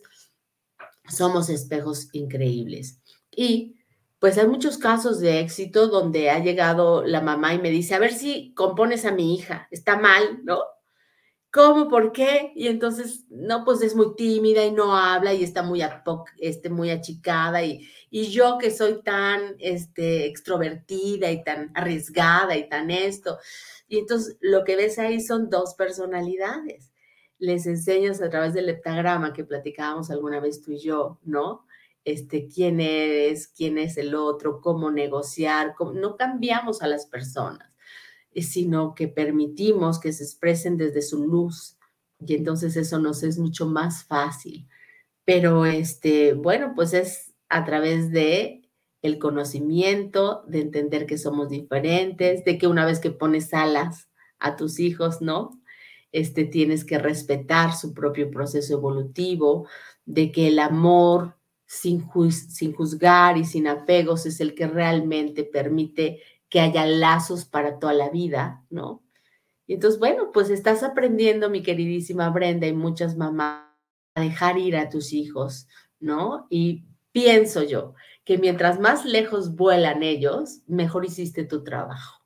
somos espejos increíbles. Y pues hay muchos casos de éxito donde ha llegado la mamá y me dice, a ver si compones a mi hija, está mal, ¿no? ¿Cómo? ¿Por qué? Y entonces, no, pues es muy tímida y no habla y está muy, apoc- este, muy achicada y, y yo que soy tan este, extrovertida y tan arriesgada y tan esto. Y entonces lo que ves ahí son dos personalidades. Les enseñas a través del heptagrama que platicábamos alguna vez tú y yo, ¿no? Este, quién eres, quién es el otro, cómo negociar, cómo... no cambiamos a las personas, sino que permitimos que se expresen desde su luz y entonces eso nos es mucho más fácil. Pero este, bueno, pues es a través de el conocimiento, de entender que somos diferentes, de que una vez que pones alas a tus hijos, ¿no? Este, tienes que respetar su propio proceso evolutivo, de que el amor sin, juz sin juzgar y sin apegos es el que realmente permite que haya lazos para toda la vida, ¿no? Y entonces, bueno, pues estás aprendiendo, mi queridísima Brenda, y muchas mamás, a dejar ir a tus hijos, ¿no? Y pienso yo que mientras más lejos vuelan ellos, mejor hiciste tu trabajo.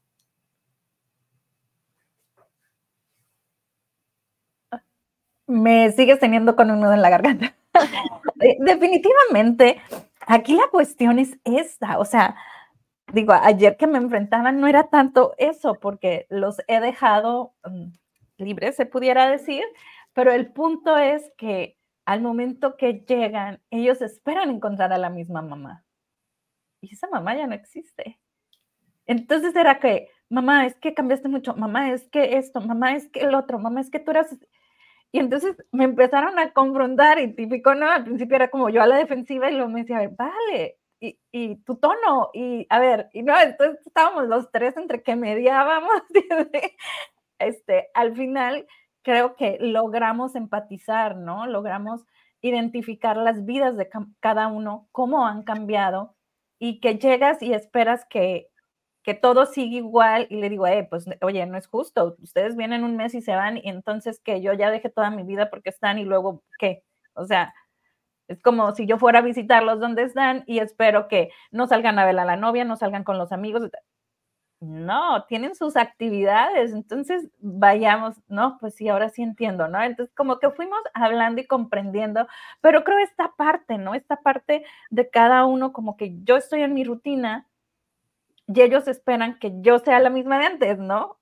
Me sigues teniendo con un nudo en la garganta. Definitivamente, aquí la cuestión es esta, o sea, digo, ayer que me enfrentaban no era tanto eso, porque los he dejado um, libres, se pudiera decir, pero el punto es que al momento que llegan, ellos esperan encontrar a la misma mamá. Y esa mamá ya no existe. Entonces era que, mamá, es que cambiaste mucho, mamá, es que esto, mamá, es que el otro, mamá, es que tú eras... Y entonces me empezaron a confrontar y típico, ¿no? Al principio era como yo a la defensiva y luego me decía, a ver, vale, y, y tu tono, y a ver, y no, entonces estábamos los tres entre que mediábamos, este, al final creo que logramos empatizar, ¿no? Logramos identificar las vidas de cada uno, cómo han cambiado, y que llegas y esperas que, que todo sigue igual y le digo, eh, pues oye, no es justo, ustedes vienen un mes y se van y entonces que yo ya dejé toda mi vida porque están y luego, ¿qué? O sea, es como si yo fuera a visitarlos donde están y espero que no salgan a ver a la novia, no salgan con los amigos. No, tienen sus actividades, entonces vayamos, no, pues sí, ahora sí entiendo, ¿no? Entonces como que fuimos hablando y comprendiendo, pero creo esta parte, ¿no? Esta parte de cada uno, como que yo estoy en mi rutina y ellos esperan que yo sea la misma de antes, ¿no?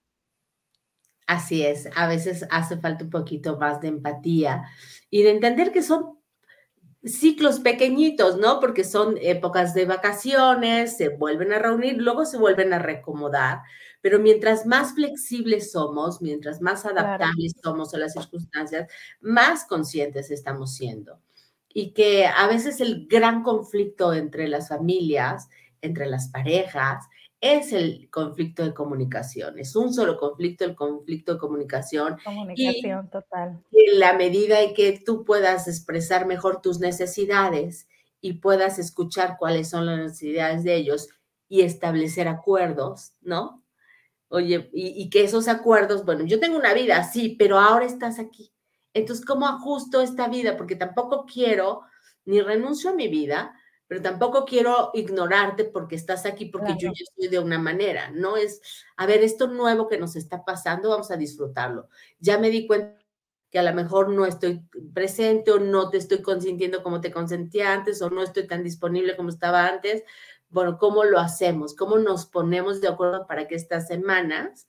Así es, a veces hace falta un poquito más de empatía y de entender que son ciclos pequeñitos, ¿no? Porque son épocas de vacaciones, se vuelven a reunir, luego se vuelven a reacomodar, pero mientras más flexibles somos, mientras más Claro. adaptables somos a las circunstancias, más conscientes estamos siendo. Y que a veces el gran conflicto entre las familias, entre las parejas, es el conflicto de comunicación. Es un solo conflicto, el conflicto de comunicación. Y Comunicación total. en la medida en que tú puedas expresar mejor tus necesidades y puedas escuchar cuáles son las necesidades de ellos y establecer acuerdos, ¿no? Oye, y, y que esos acuerdos, bueno, yo tengo una vida, sí, pero ahora estás aquí. Entonces, ¿cómo ajusto esta vida? Porque tampoco quiero, ni renuncio a mi vida, pero tampoco quiero ignorarte porque estás aquí, porque yo Claro. ya estoy de una manera. No es, a ver, esto nuevo que nos está pasando, vamos a disfrutarlo. Ya me di cuenta que a lo mejor no estoy presente o no te estoy consintiendo como te consentía antes o no estoy tan disponible como estaba antes. Bueno, ¿cómo lo hacemos? ¿Cómo nos ponemos de acuerdo para que estas semanas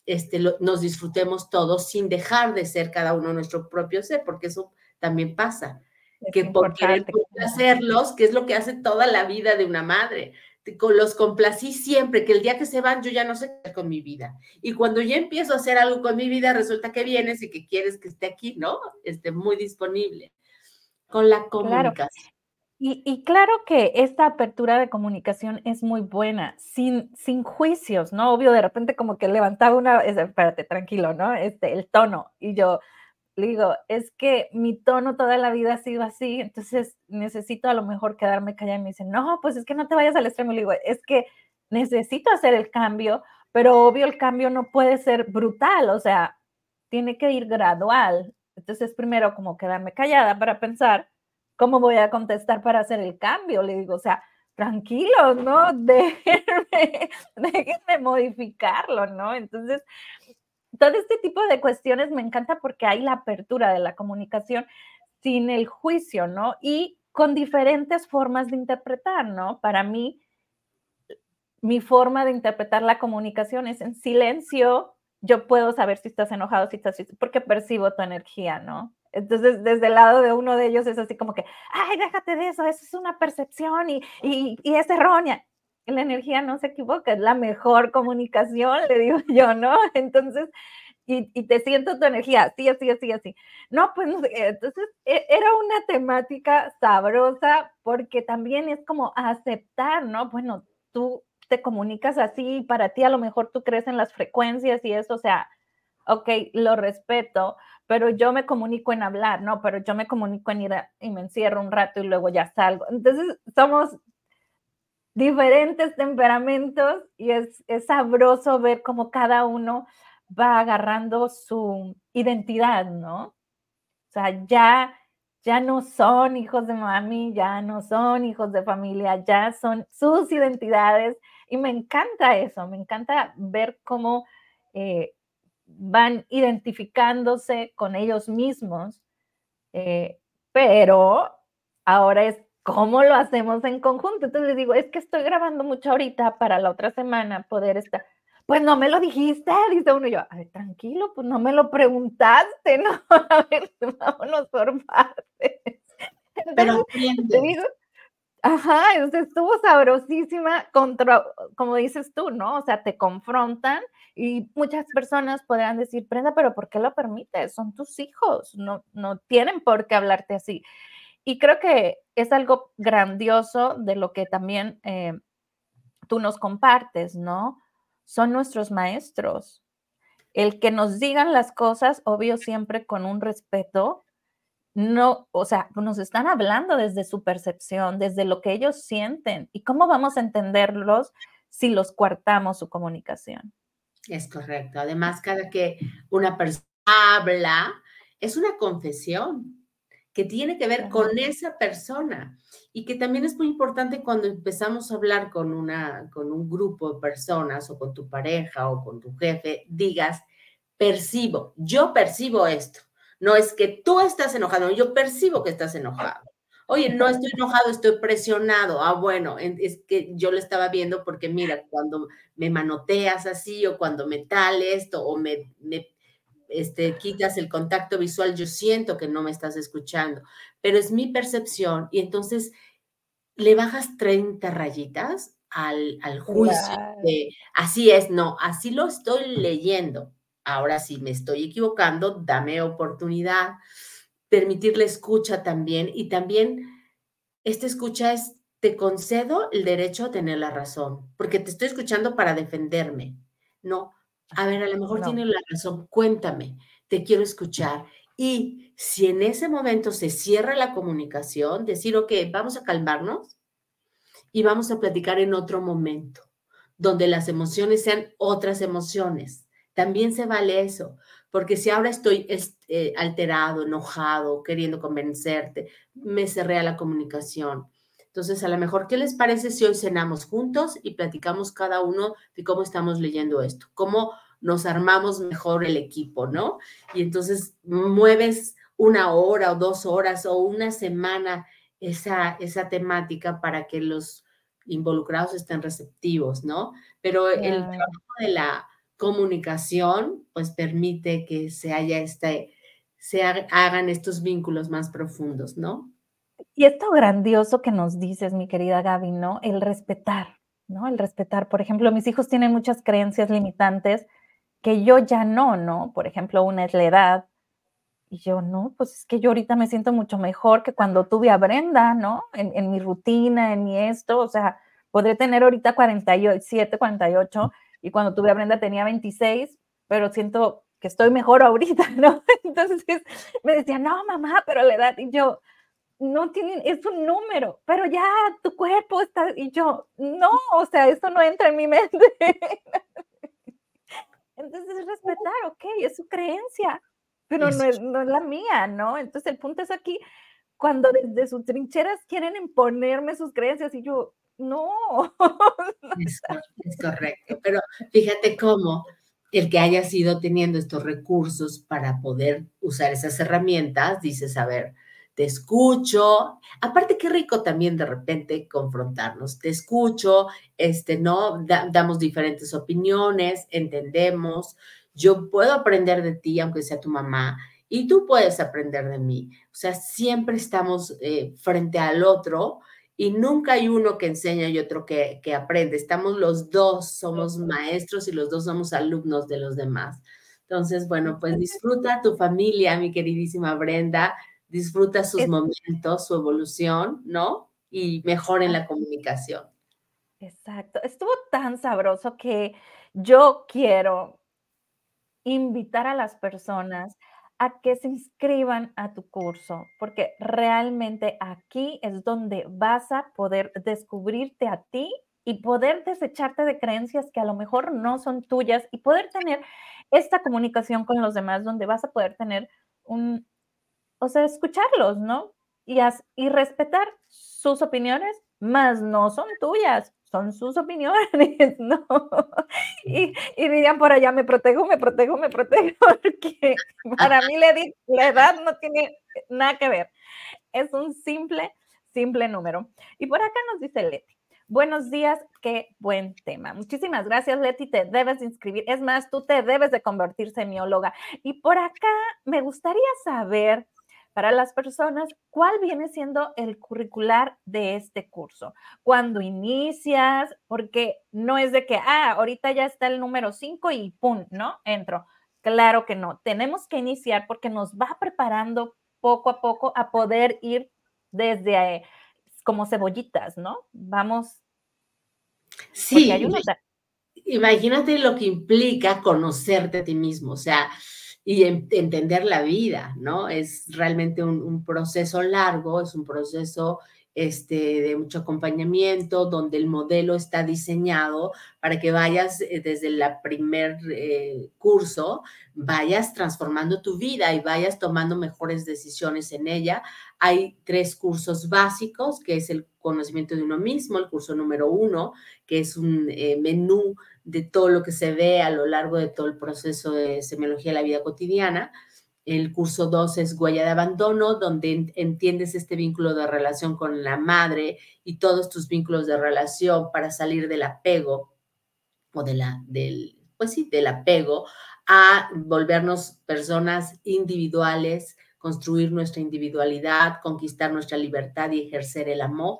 este, lo, nos disfrutemos todos sin dejar de ser cada uno nuestro propio ser, porque eso también pasa, Es que por querer importante. complacerlos, que es lo que hace toda la vida de una madre, los complací siempre, que el día que se van yo ya no sé qué hacer con mi vida. Y cuando ya empiezo a hacer algo con mi vida, resulta que vienes y que quieres que esté aquí, ¿no? Esté muy disponible. Con la Claro. comunicación. Y, y claro que esta apertura de comunicación es muy buena, sin, sin juicios, ¿no? Obvio, de repente como que levantaba una, es- espérate, tranquilo, ¿no? Este, el tono. Y yo le digo, es que mi tono toda la vida ha sido así, entonces necesito a lo mejor quedarme callada. Y me dice, no, pues es que no te vayas al extremo. Le digo, es que necesito hacer el cambio, pero obvio el cambio no puede ser brutal, o sea, tiene que ir gradual. Entonces primero como quedarme callada para pensar cómo voy a contestar para hacer el cambio. Le digo, o sea, tranquilos, ¿no? Déjenme, déjenme modificarlo, ¿no? Entonces, todo este tipo de cuestiones me encanta porque hay la apertura de la comunicación sin el juicio, ¿no? Y con diferentes formas de interpretar, ¿no? Para mí, mi forma de interpretar la comunicación es en silencio. Yo puedo saber si estás enojado, si estás porque percibo tu energía, ¿no? Entonces, desde el lado de uno de ellos es así como que, ay, déjate de eso, eso es una percepción y, y, y es errónea. La energía no se equivoca, es la mejor comunicación, le digo yo, ¿no? Entonces, y, y, te siento tu energía, así, así, así, así. No, pues no sé, entonces e, era una temática sabrosa porque también es como aceptar, ¿no? Bueno, tú te comunicas así, para ti a lo mejor tú crees en las frecuencias y eso, o sea, ok, lo respeto, pero yo me comunico en hablar, ¿no? Pero yo me comunico en ir a, y me encierro un rato y luego ya salgo. Entonces, somos diferentes temperamentos y es, es sabroso ver cómo cada uno va agarrando su identidad, ¿no? O sea, ya, ya no son hijos de mami, ya no son hijos de familia, ya son sus identidades y me encanta eso, me encanta ver cómo eh, van identificándose con ellos mismos, eh, pero ahora es cómo lo hacemos en conjunto. Entonces les digo, es que estoy grabando mucho ahorita para la otra semana poder estar. Pues no me lo dijiste, dice uno. Y yo, ay, tranquilo, pues no me lo preguntaste, ¿no? A ver, vámonos por partes. Pero Entonces, te entiende. digo, ajá, entonces estuvo sabrosísima contra, como dices tú, ¿no? O sea, te confrontan y muchas personas podrán decir, Brenda, pero ¿por qué lo permites? Son tus hijos, no, no tienen por qué hablarte así. Y creo que es algo grandioso de lo que también eh, tú nos compartes, ¿no? Son nuestros maestros. El que nos digan las cosas, obvio, siempre con un respeto, no, o sea, nos están hablando desde su percepción, desde lo que ellos sienten. ¿Y cómo vamos a entenderlos si los coartamos su comunicación? Es correcto. Además, cada que una persona habla, es una confesión que tiene que ver Claro. con esa persona y que también es muy importante cuando empezamos a hablar con, una, con un grupo de personas o con tu pareja o con tu jefe, digas, percibo, yo percibo esto. No es que tú estás enojado, yo percibo que estás enojado. Oye, no estoy enojado, estoy presionado. Ah, bueno, es que yo lo estaba viendo porque mira, cuando me manoteas así o cuando me tal esto o me, me este, quitas el contacto visual, yo siento que no me estás escuchando, pero es mi percepción y entonces le bajas treinta rayitas al, al juicio Claro. de así es, no, así lo estoy leyendo. Ahora si me estoy equivocando, dame oportunidad, permitirle escucha también y también esta escucha es, te concedo el derecho a tener la razón, porque te estoy escuchando para defenderme. No, a ver, a lo mejor No, tienes la razón, cuéntame, te quiero escuchar. Y si en ese momento se cierra la comunicación, decir, ok, vamos a calmarnos y vamos a platicar en otro momento, donde las emociones sean otras emociones. También se vale eso, porque si ahora estoy este, alterado, enojado, queriendo convencerte, me cerré a la comunicación. Entonces, a lo mejor, ¿qué les parece si hoy cenamos juntos y platicamos cada uno de cómo estamos leyendo esto? ¿Cómo nos armamos mejor el equipo, no? Y entonces mueves una hora o dos horas o una semana esa, esa temática para que los involucrados estén receptivos, ¿no? Pero el claro. trabajo de la comunicación, pues permite que se haya este, se hagan estos vínculos más profundos, ¿no? Y esto grandioso que nos dices, mi querida Gaby, ¿no? El respetar, ¿no? El respetar. Por ejemplo, mis hijos tienen muchas creencias limitantes que yo ya no, ¿no? Por ejemplo, una es la edad. Y yo, no, pues es que yo ahorita me siento mucho mejor que cuando tuve a Brenda, ¿no? En, en mi rutina, en mi esto, o sea, podré tener ahorita cuarenta y siete, cuarenta y ocho, y cuando tuve a Brenda tenía veintiséis, pero siento que estoy mejor ahorita, ¿no? Entonces me decía, no, mamá, pero la edad, y yo, no tienen, es un número, pero ya tu cuerpo está, y yo, no, o sea, eso no entra en mi mente. Entonces, respetar, ok, es su creencia, pero no Eso. es, no es la mía, ¿no? Entonces, el punto es aquí, cuando desde sus trincheras quieren imponerme sus creencias y yo, no. no Es, es correcto, pero fíjate cómo el que hayas ido teniendo estos recursos para poder usar esas herramientas, dices, a ver, te escucho, aparte qué rico también de repente confrontarnos, te escucho, este, ¿no? Da, damos diferentes opiniones, entendemos, yo puedo aprender de ti, aunque sea tu mamá, y tú puedes aprender de mí, o sea, siempre estamos eh, frente al otro, y nunca hay uno que enseña y otro que, que aprende. Estamos los dos, somos maestros y los dos somos alumnos de los demás. Entonces, bueno, pues disfruta tu familia, mi queridísima Brenda, disfruta sus Es, momentos, su evolución, ¿no? Y mejoren la comunicación. exacto, estuvo tan sabroso que yo quiero invitar a las personas a que se inscriban a tu curso, porque realmente aquí es donde vas a poder descubrirte a ti y poder desecharte de creencias que a lo mejor no son tuyas y poder tener esta comunicación con los demás donde vas a poder tener un, o sea, escucharlos, ¿no? Y, as, y respetar sus opiniones, más no son tuyas, son sus opiniones, ¿no? Y, y dirían por allá, me protejo, me protejo, me protejo, porque para mí la, la edad no tiene nada que ver. Es un simple, simple número. Y por acá nos dice Leti. Buenos días, qué buen tema. Muchísimas gracias, Leti. Te debes de inscribir. Es más, tú te debes de convertir semióloga. Y por acá me gustaría saber, para las personas, ¿cuál viene siendo el curricular de este curso? ¿Cuándo inicias? Porque no es de que, ah, ahorita ya está el número cinco y pum, ¿no? Entro. Claro que no. Tenemos que iniciar porque nos va preparando poco a poco a poder ir desde eh, como cebollitas, ¿no? Vamos, porque hay Sí, unos... imagínate lo que implica conocerte a ti mismo, o sea, y en, entender la vida, ¿no? Es realmente un, un, proceso largo, es un proceso este, de mucho acompañamiento, donde el modelo está diseñado para que vayas eh, desde el primer eh, curso, vayas transformando tu vida y vayas tomando mejores decisiones en ella. Hay tres cursos básicos, que es el conocimiento de uno mismo, el curso número uno, que es un eh, menú de todo lo que se ve a lo largo de todo el proceso de semiología de la vida cotidiana. El curso dos es Huella de Abandono, donde entiendes este vínculo de relación con la madre y todos tus vínculos de relación para salir del apego o de la, del, pues sí, del apego a volvernos personas individuales, construir nuestra individualidad, conquistar nuestra libertad y ejercer el amor.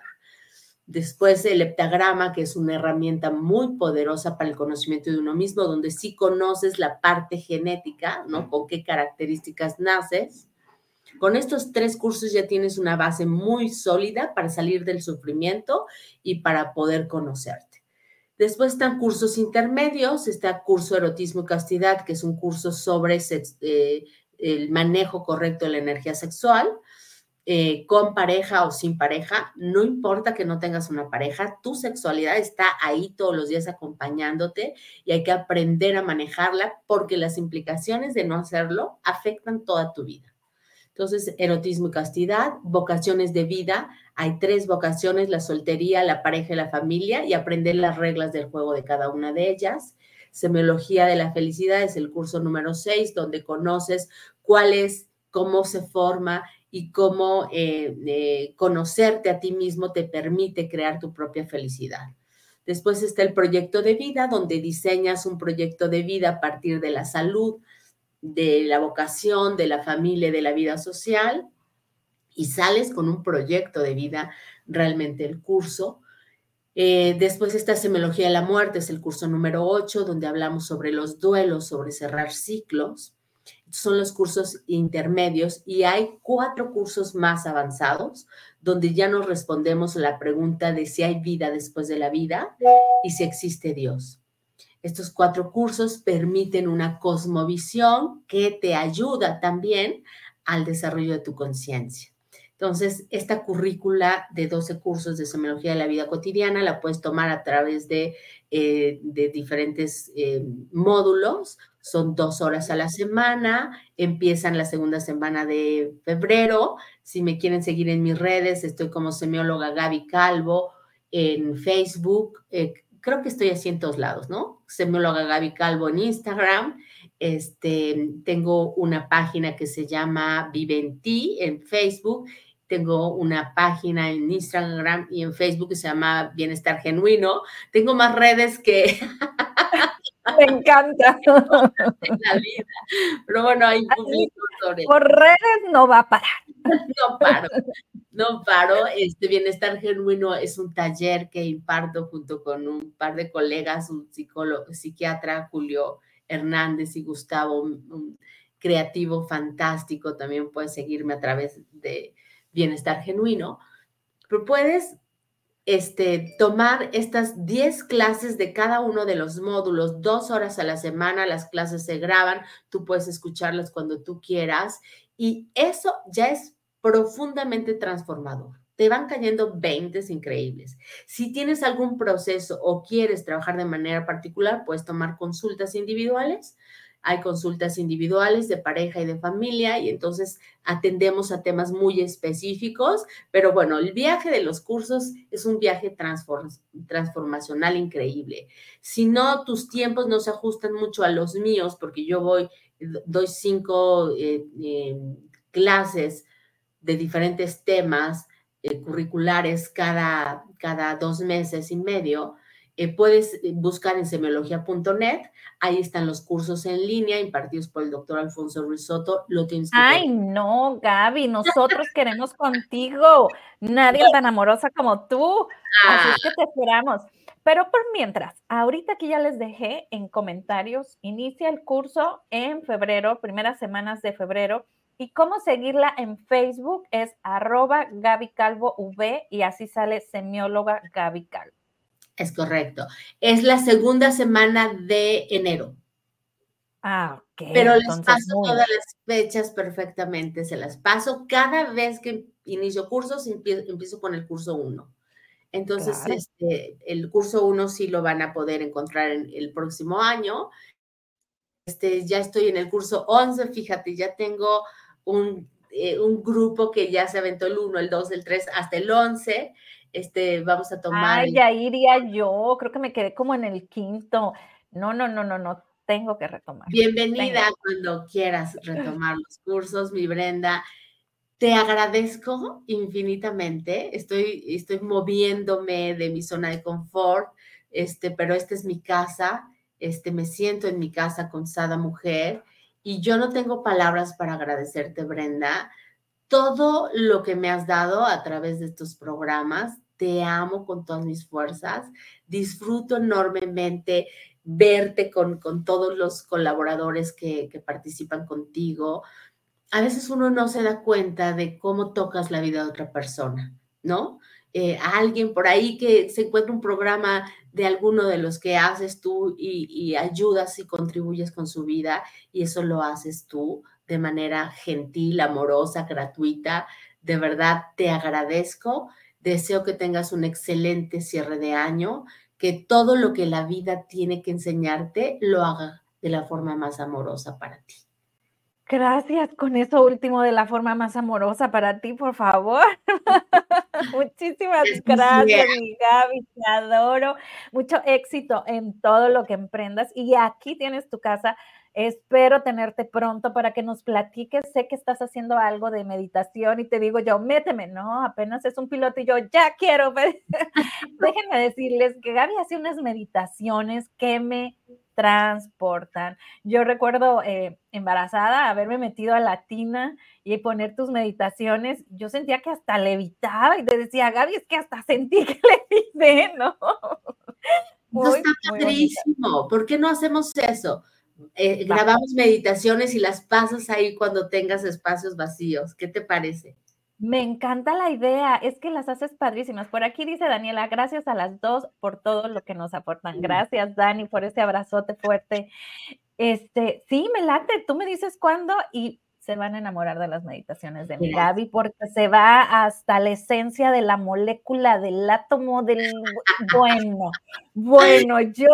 Después el heptagrama, que es una herramienta muy poderosa para el conocimiento de uno mismo, donde sí conoces la parte genética, ¿no? Con qué características naces. Con estos tres cursos ya tienes una base muy sólida para salir del sufrimiento y para poder conocerte. Después están cursos intermedios, está curso Erotismo y Castidad, que es un curso sobre sex, eh, el manejo correcto de la energía sexual. Eh, con pareja o sin pareja, no importa que no tengas una pareja, tu sexualidad está ahí todos los días acompañándote y hay que aprender a manejarla porque las implicaciones de no hacerlo afectan toda tu vida. Entonces, erotismo y castidad, vocaciones de vida, hay tres vocaciones, la soltería, la pareja y la familia, y aprender las reglas del juego de cada una de ellas. Semiología de la felicidad es el curso número seis, donde conoces cuál es, cómo se forma y cómo eh, eh, conocerte a ti mismo te permite crear tu propia felicidad. Después está el proyecto de vida, donde diseñas un proyecto de vida a partir de la salud, de la vocación, de la familia, de la vida social, y sales con un proyecto de vida, realmente el curso. Eh, después está Semiología de la Muerte, es el curso número ocho, donde hablamos sobre los duelos, sobre cerrar ciclos. Son los cursos intermedios y hay cuatro cursos más avanzados donde ya nos respondemos la pregunta de si hay vida después de la vida y si existe Dios. Estos cuatro cursos permiten una cosmovisión que te ayuda también al desarrollo de tu conciencia. Entonces, esta currícula de doce cursos de Semiología de la Vida Cotidiana la puedes tomar a través de, eh, de diferentes eh, módulos. Son dos horas a la semana, empiezan la segunda semana de febrero. Si me quieren seguir en mis redes, estoy como semióloga Gaby Calvo en Facebook. Eh, creo que estoy así en todos lados, ¿no? Semióloga Gaby Calvo en Instagram. Este, tengo una página que se llama Vive en Ti en Facebook. Tengo una página en Instagram y en Facebook que se llama Bienestar Genuino. Tengo más redes que... Me encanta. En la vida. Pero bueno, ahí publico sobre... Por redes no va a parar. No paro, no paro. Este Bienestar Genuino es un taller que imparto junto con un par de colegas, un psicólogo, psiquiatra, Julio Hernández y Gustavo, un, un creativo fantástico. También puedes seguirme a través de Bienestar Genuino. Pero puedes este, tomar estas diez clases de cada uno de los módulos, dos horas a la semana. Las clases se graban, tú puedes escucharlas cuando tú quieras y eso ya es profundamente transformador. Te van cayendo veintes increíbles. Si tienes algún proceso o quieres trabajar de manera particular, puedes tomar consultas individuales. Hay consultas individuales de pareja y de familia y entonces atendemos a temas muy específicos, pero bueno, el viaje de los cursos es un viaje transform transformacional increíble. Si no, tus tiempos no se ajustan mucho a los míos, porque yo voy, doy cinco eh, eh, clases de diferentes temas eh, curriculares cada, cada dos meses y medio. Eh, puedes buscar en semiología punto net, ahí están los cursos en línea impartidos por el doctor Alfonso Ruiz Soto. Lo tienes que Ay, tomar. no, Gaby, nosotros queremos contigo. Nadie tan amorosa como tú. Así Ah, es que te esperamos. Pero por mientras, ahorita que ya les dejé en comentarios, inicia el curso en febrero, primeras semanas de febrero. Y cómo seguirla en Facebook es arroba Gaby Calvo V y así sale semióloga Gaby Calvo. es correcto. Es la segunda semana de enero. Ah, ok. Pero les Entonces, paso muy todas bien. las fechas perfectamente, se las paso. Cada vez que inicio cursos, empiezo, empiezo con el curso uno. Entonces, Claro. este, el curso uno sí lo van a poder encontrar en el próximo año. Este, ya estoy en el curso once, fíjate, ya tengo un, eh, un grupo que ya se aventó el uno, el dos, el tres, hasta el once. Este, vamos a tomar Ay, el... ya iría yo, creo que me quedé como en el quinto. No, no, no, no, no, tengo que retomar, tengo. Bienvenida cuando quieras retomar los cursos, mi Brenda. Te agradezco infinitamente. Estoy, estoy moviéndome de mi zona de confort, este, pero esta es mi casa. Este, me siento en mi casa con Sada Mujer y yo no tengo palabras para agradecerte, Brenda. Todo lo que me has dado a través de estos programas, te amo con todas mis fuerzas. Disfruto enormemente verte con, con todos los colaboradores que, que participan contigo. A veces uno no se da cuenta de cómo tocas la vida de otra persona, ¿no? Eh, a alguien por ahí que se encuentra un programa de alguno de los que haces tú y, y ayudas y contribuyes con su vida y eso lo haces tú de manera gentil, amorosa, gratuita. De verdad, te agradezco. Deseo que tengas un excelente cierre de año, que todo lo que la vida tiene que enseñarte lo haga de la forma más amorosa para ti. Gracias con eso último de la forma más amorosa para ti, por favor. Muchísimas Así sea. gracias, mi Gaby, te adoro. Mucho éxito en todo lo que emprendas y aquí tienes tu casa Espero tenerte pronto para que nos platiques. Sé que estás haciendo algo de meditación y te digo yo, méteme, no, apenas es un piloto y yo ya quiero. Déjenme decirles que Gaby hace unas meditaciones que me transportan. Yo recuerdo eh, embarazada haberme metido a la tina y poner tus meditaciones. Yo sentía que hasta levitaba y te decía, Gaby, es que hasta sentí que levité, ¿no? Eso Muy, está muy bonita. padrísimo. ¿Por qué no hacemos eso? Eh, Va. grabamos meditaciones y las pasas ahí cuando tengas espacios vacíos. ¿Qué te parece? Me encanta la idea, es que las haces padrísimas. Por aquí dice Daniela, gracias a las dos por todo lo que nos aportan. Mm. Gracias, Dani, por ese abrazote fuerte. Este, sí, me late, tú me dices cuándo y se van a enamorar de las meditaciones de mi Gracias. Gaby, porque se va hasta la esencia de la molécula, del átomo, del... Bueno, bueno, yo,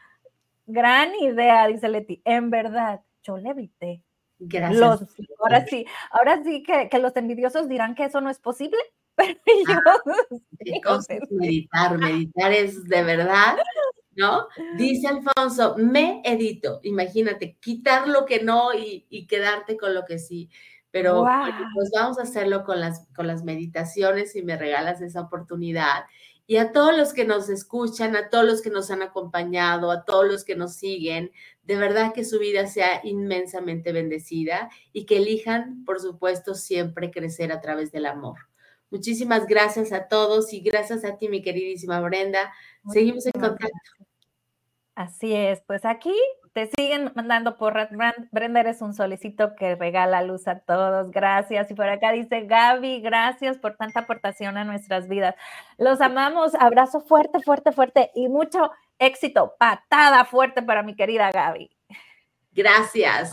gran idea, dice Leti. En verdad, yo le evité. Gracias. Los, ahora sí, ahora sí que, que los envidiosos dirán que eso no es posible, pero Ah, yo qué sí cosa es intenté. meditar. Meditar es de verdad, ¿no? Dice Alfonso, me edito. Imagínate, quitar lo que no y, y quedarte con lo que sí. Pero oye, Wow. pues vamos a hacerlo con las, con las meditaciones si me regalas esa oportunidad. Y a todos los que nos escuchan, a todos los que nos han acompañado, a todos los que nos siguen, de verdad que su vida sea inmensamente bendecida y que elijan, por supuesto, siempre crecer a través del amor. Muchísimas gracias a todos y gracias a ti, mi queridísima Brenda. Seguimos en Muchísimas contacto. gracias. Así es, pues aquí te siguen mandando porras. Bran- Brenda, eres un solecito que regala luz a todos. Gracias. Y por acá dice Gaby, gracias por tanta aportación a nuestras vidas. Los amamos. Abrazo fuerte, fuerte, fuerte y mucho éxito. Patada fuerte para mi querida Gaby. Gracias.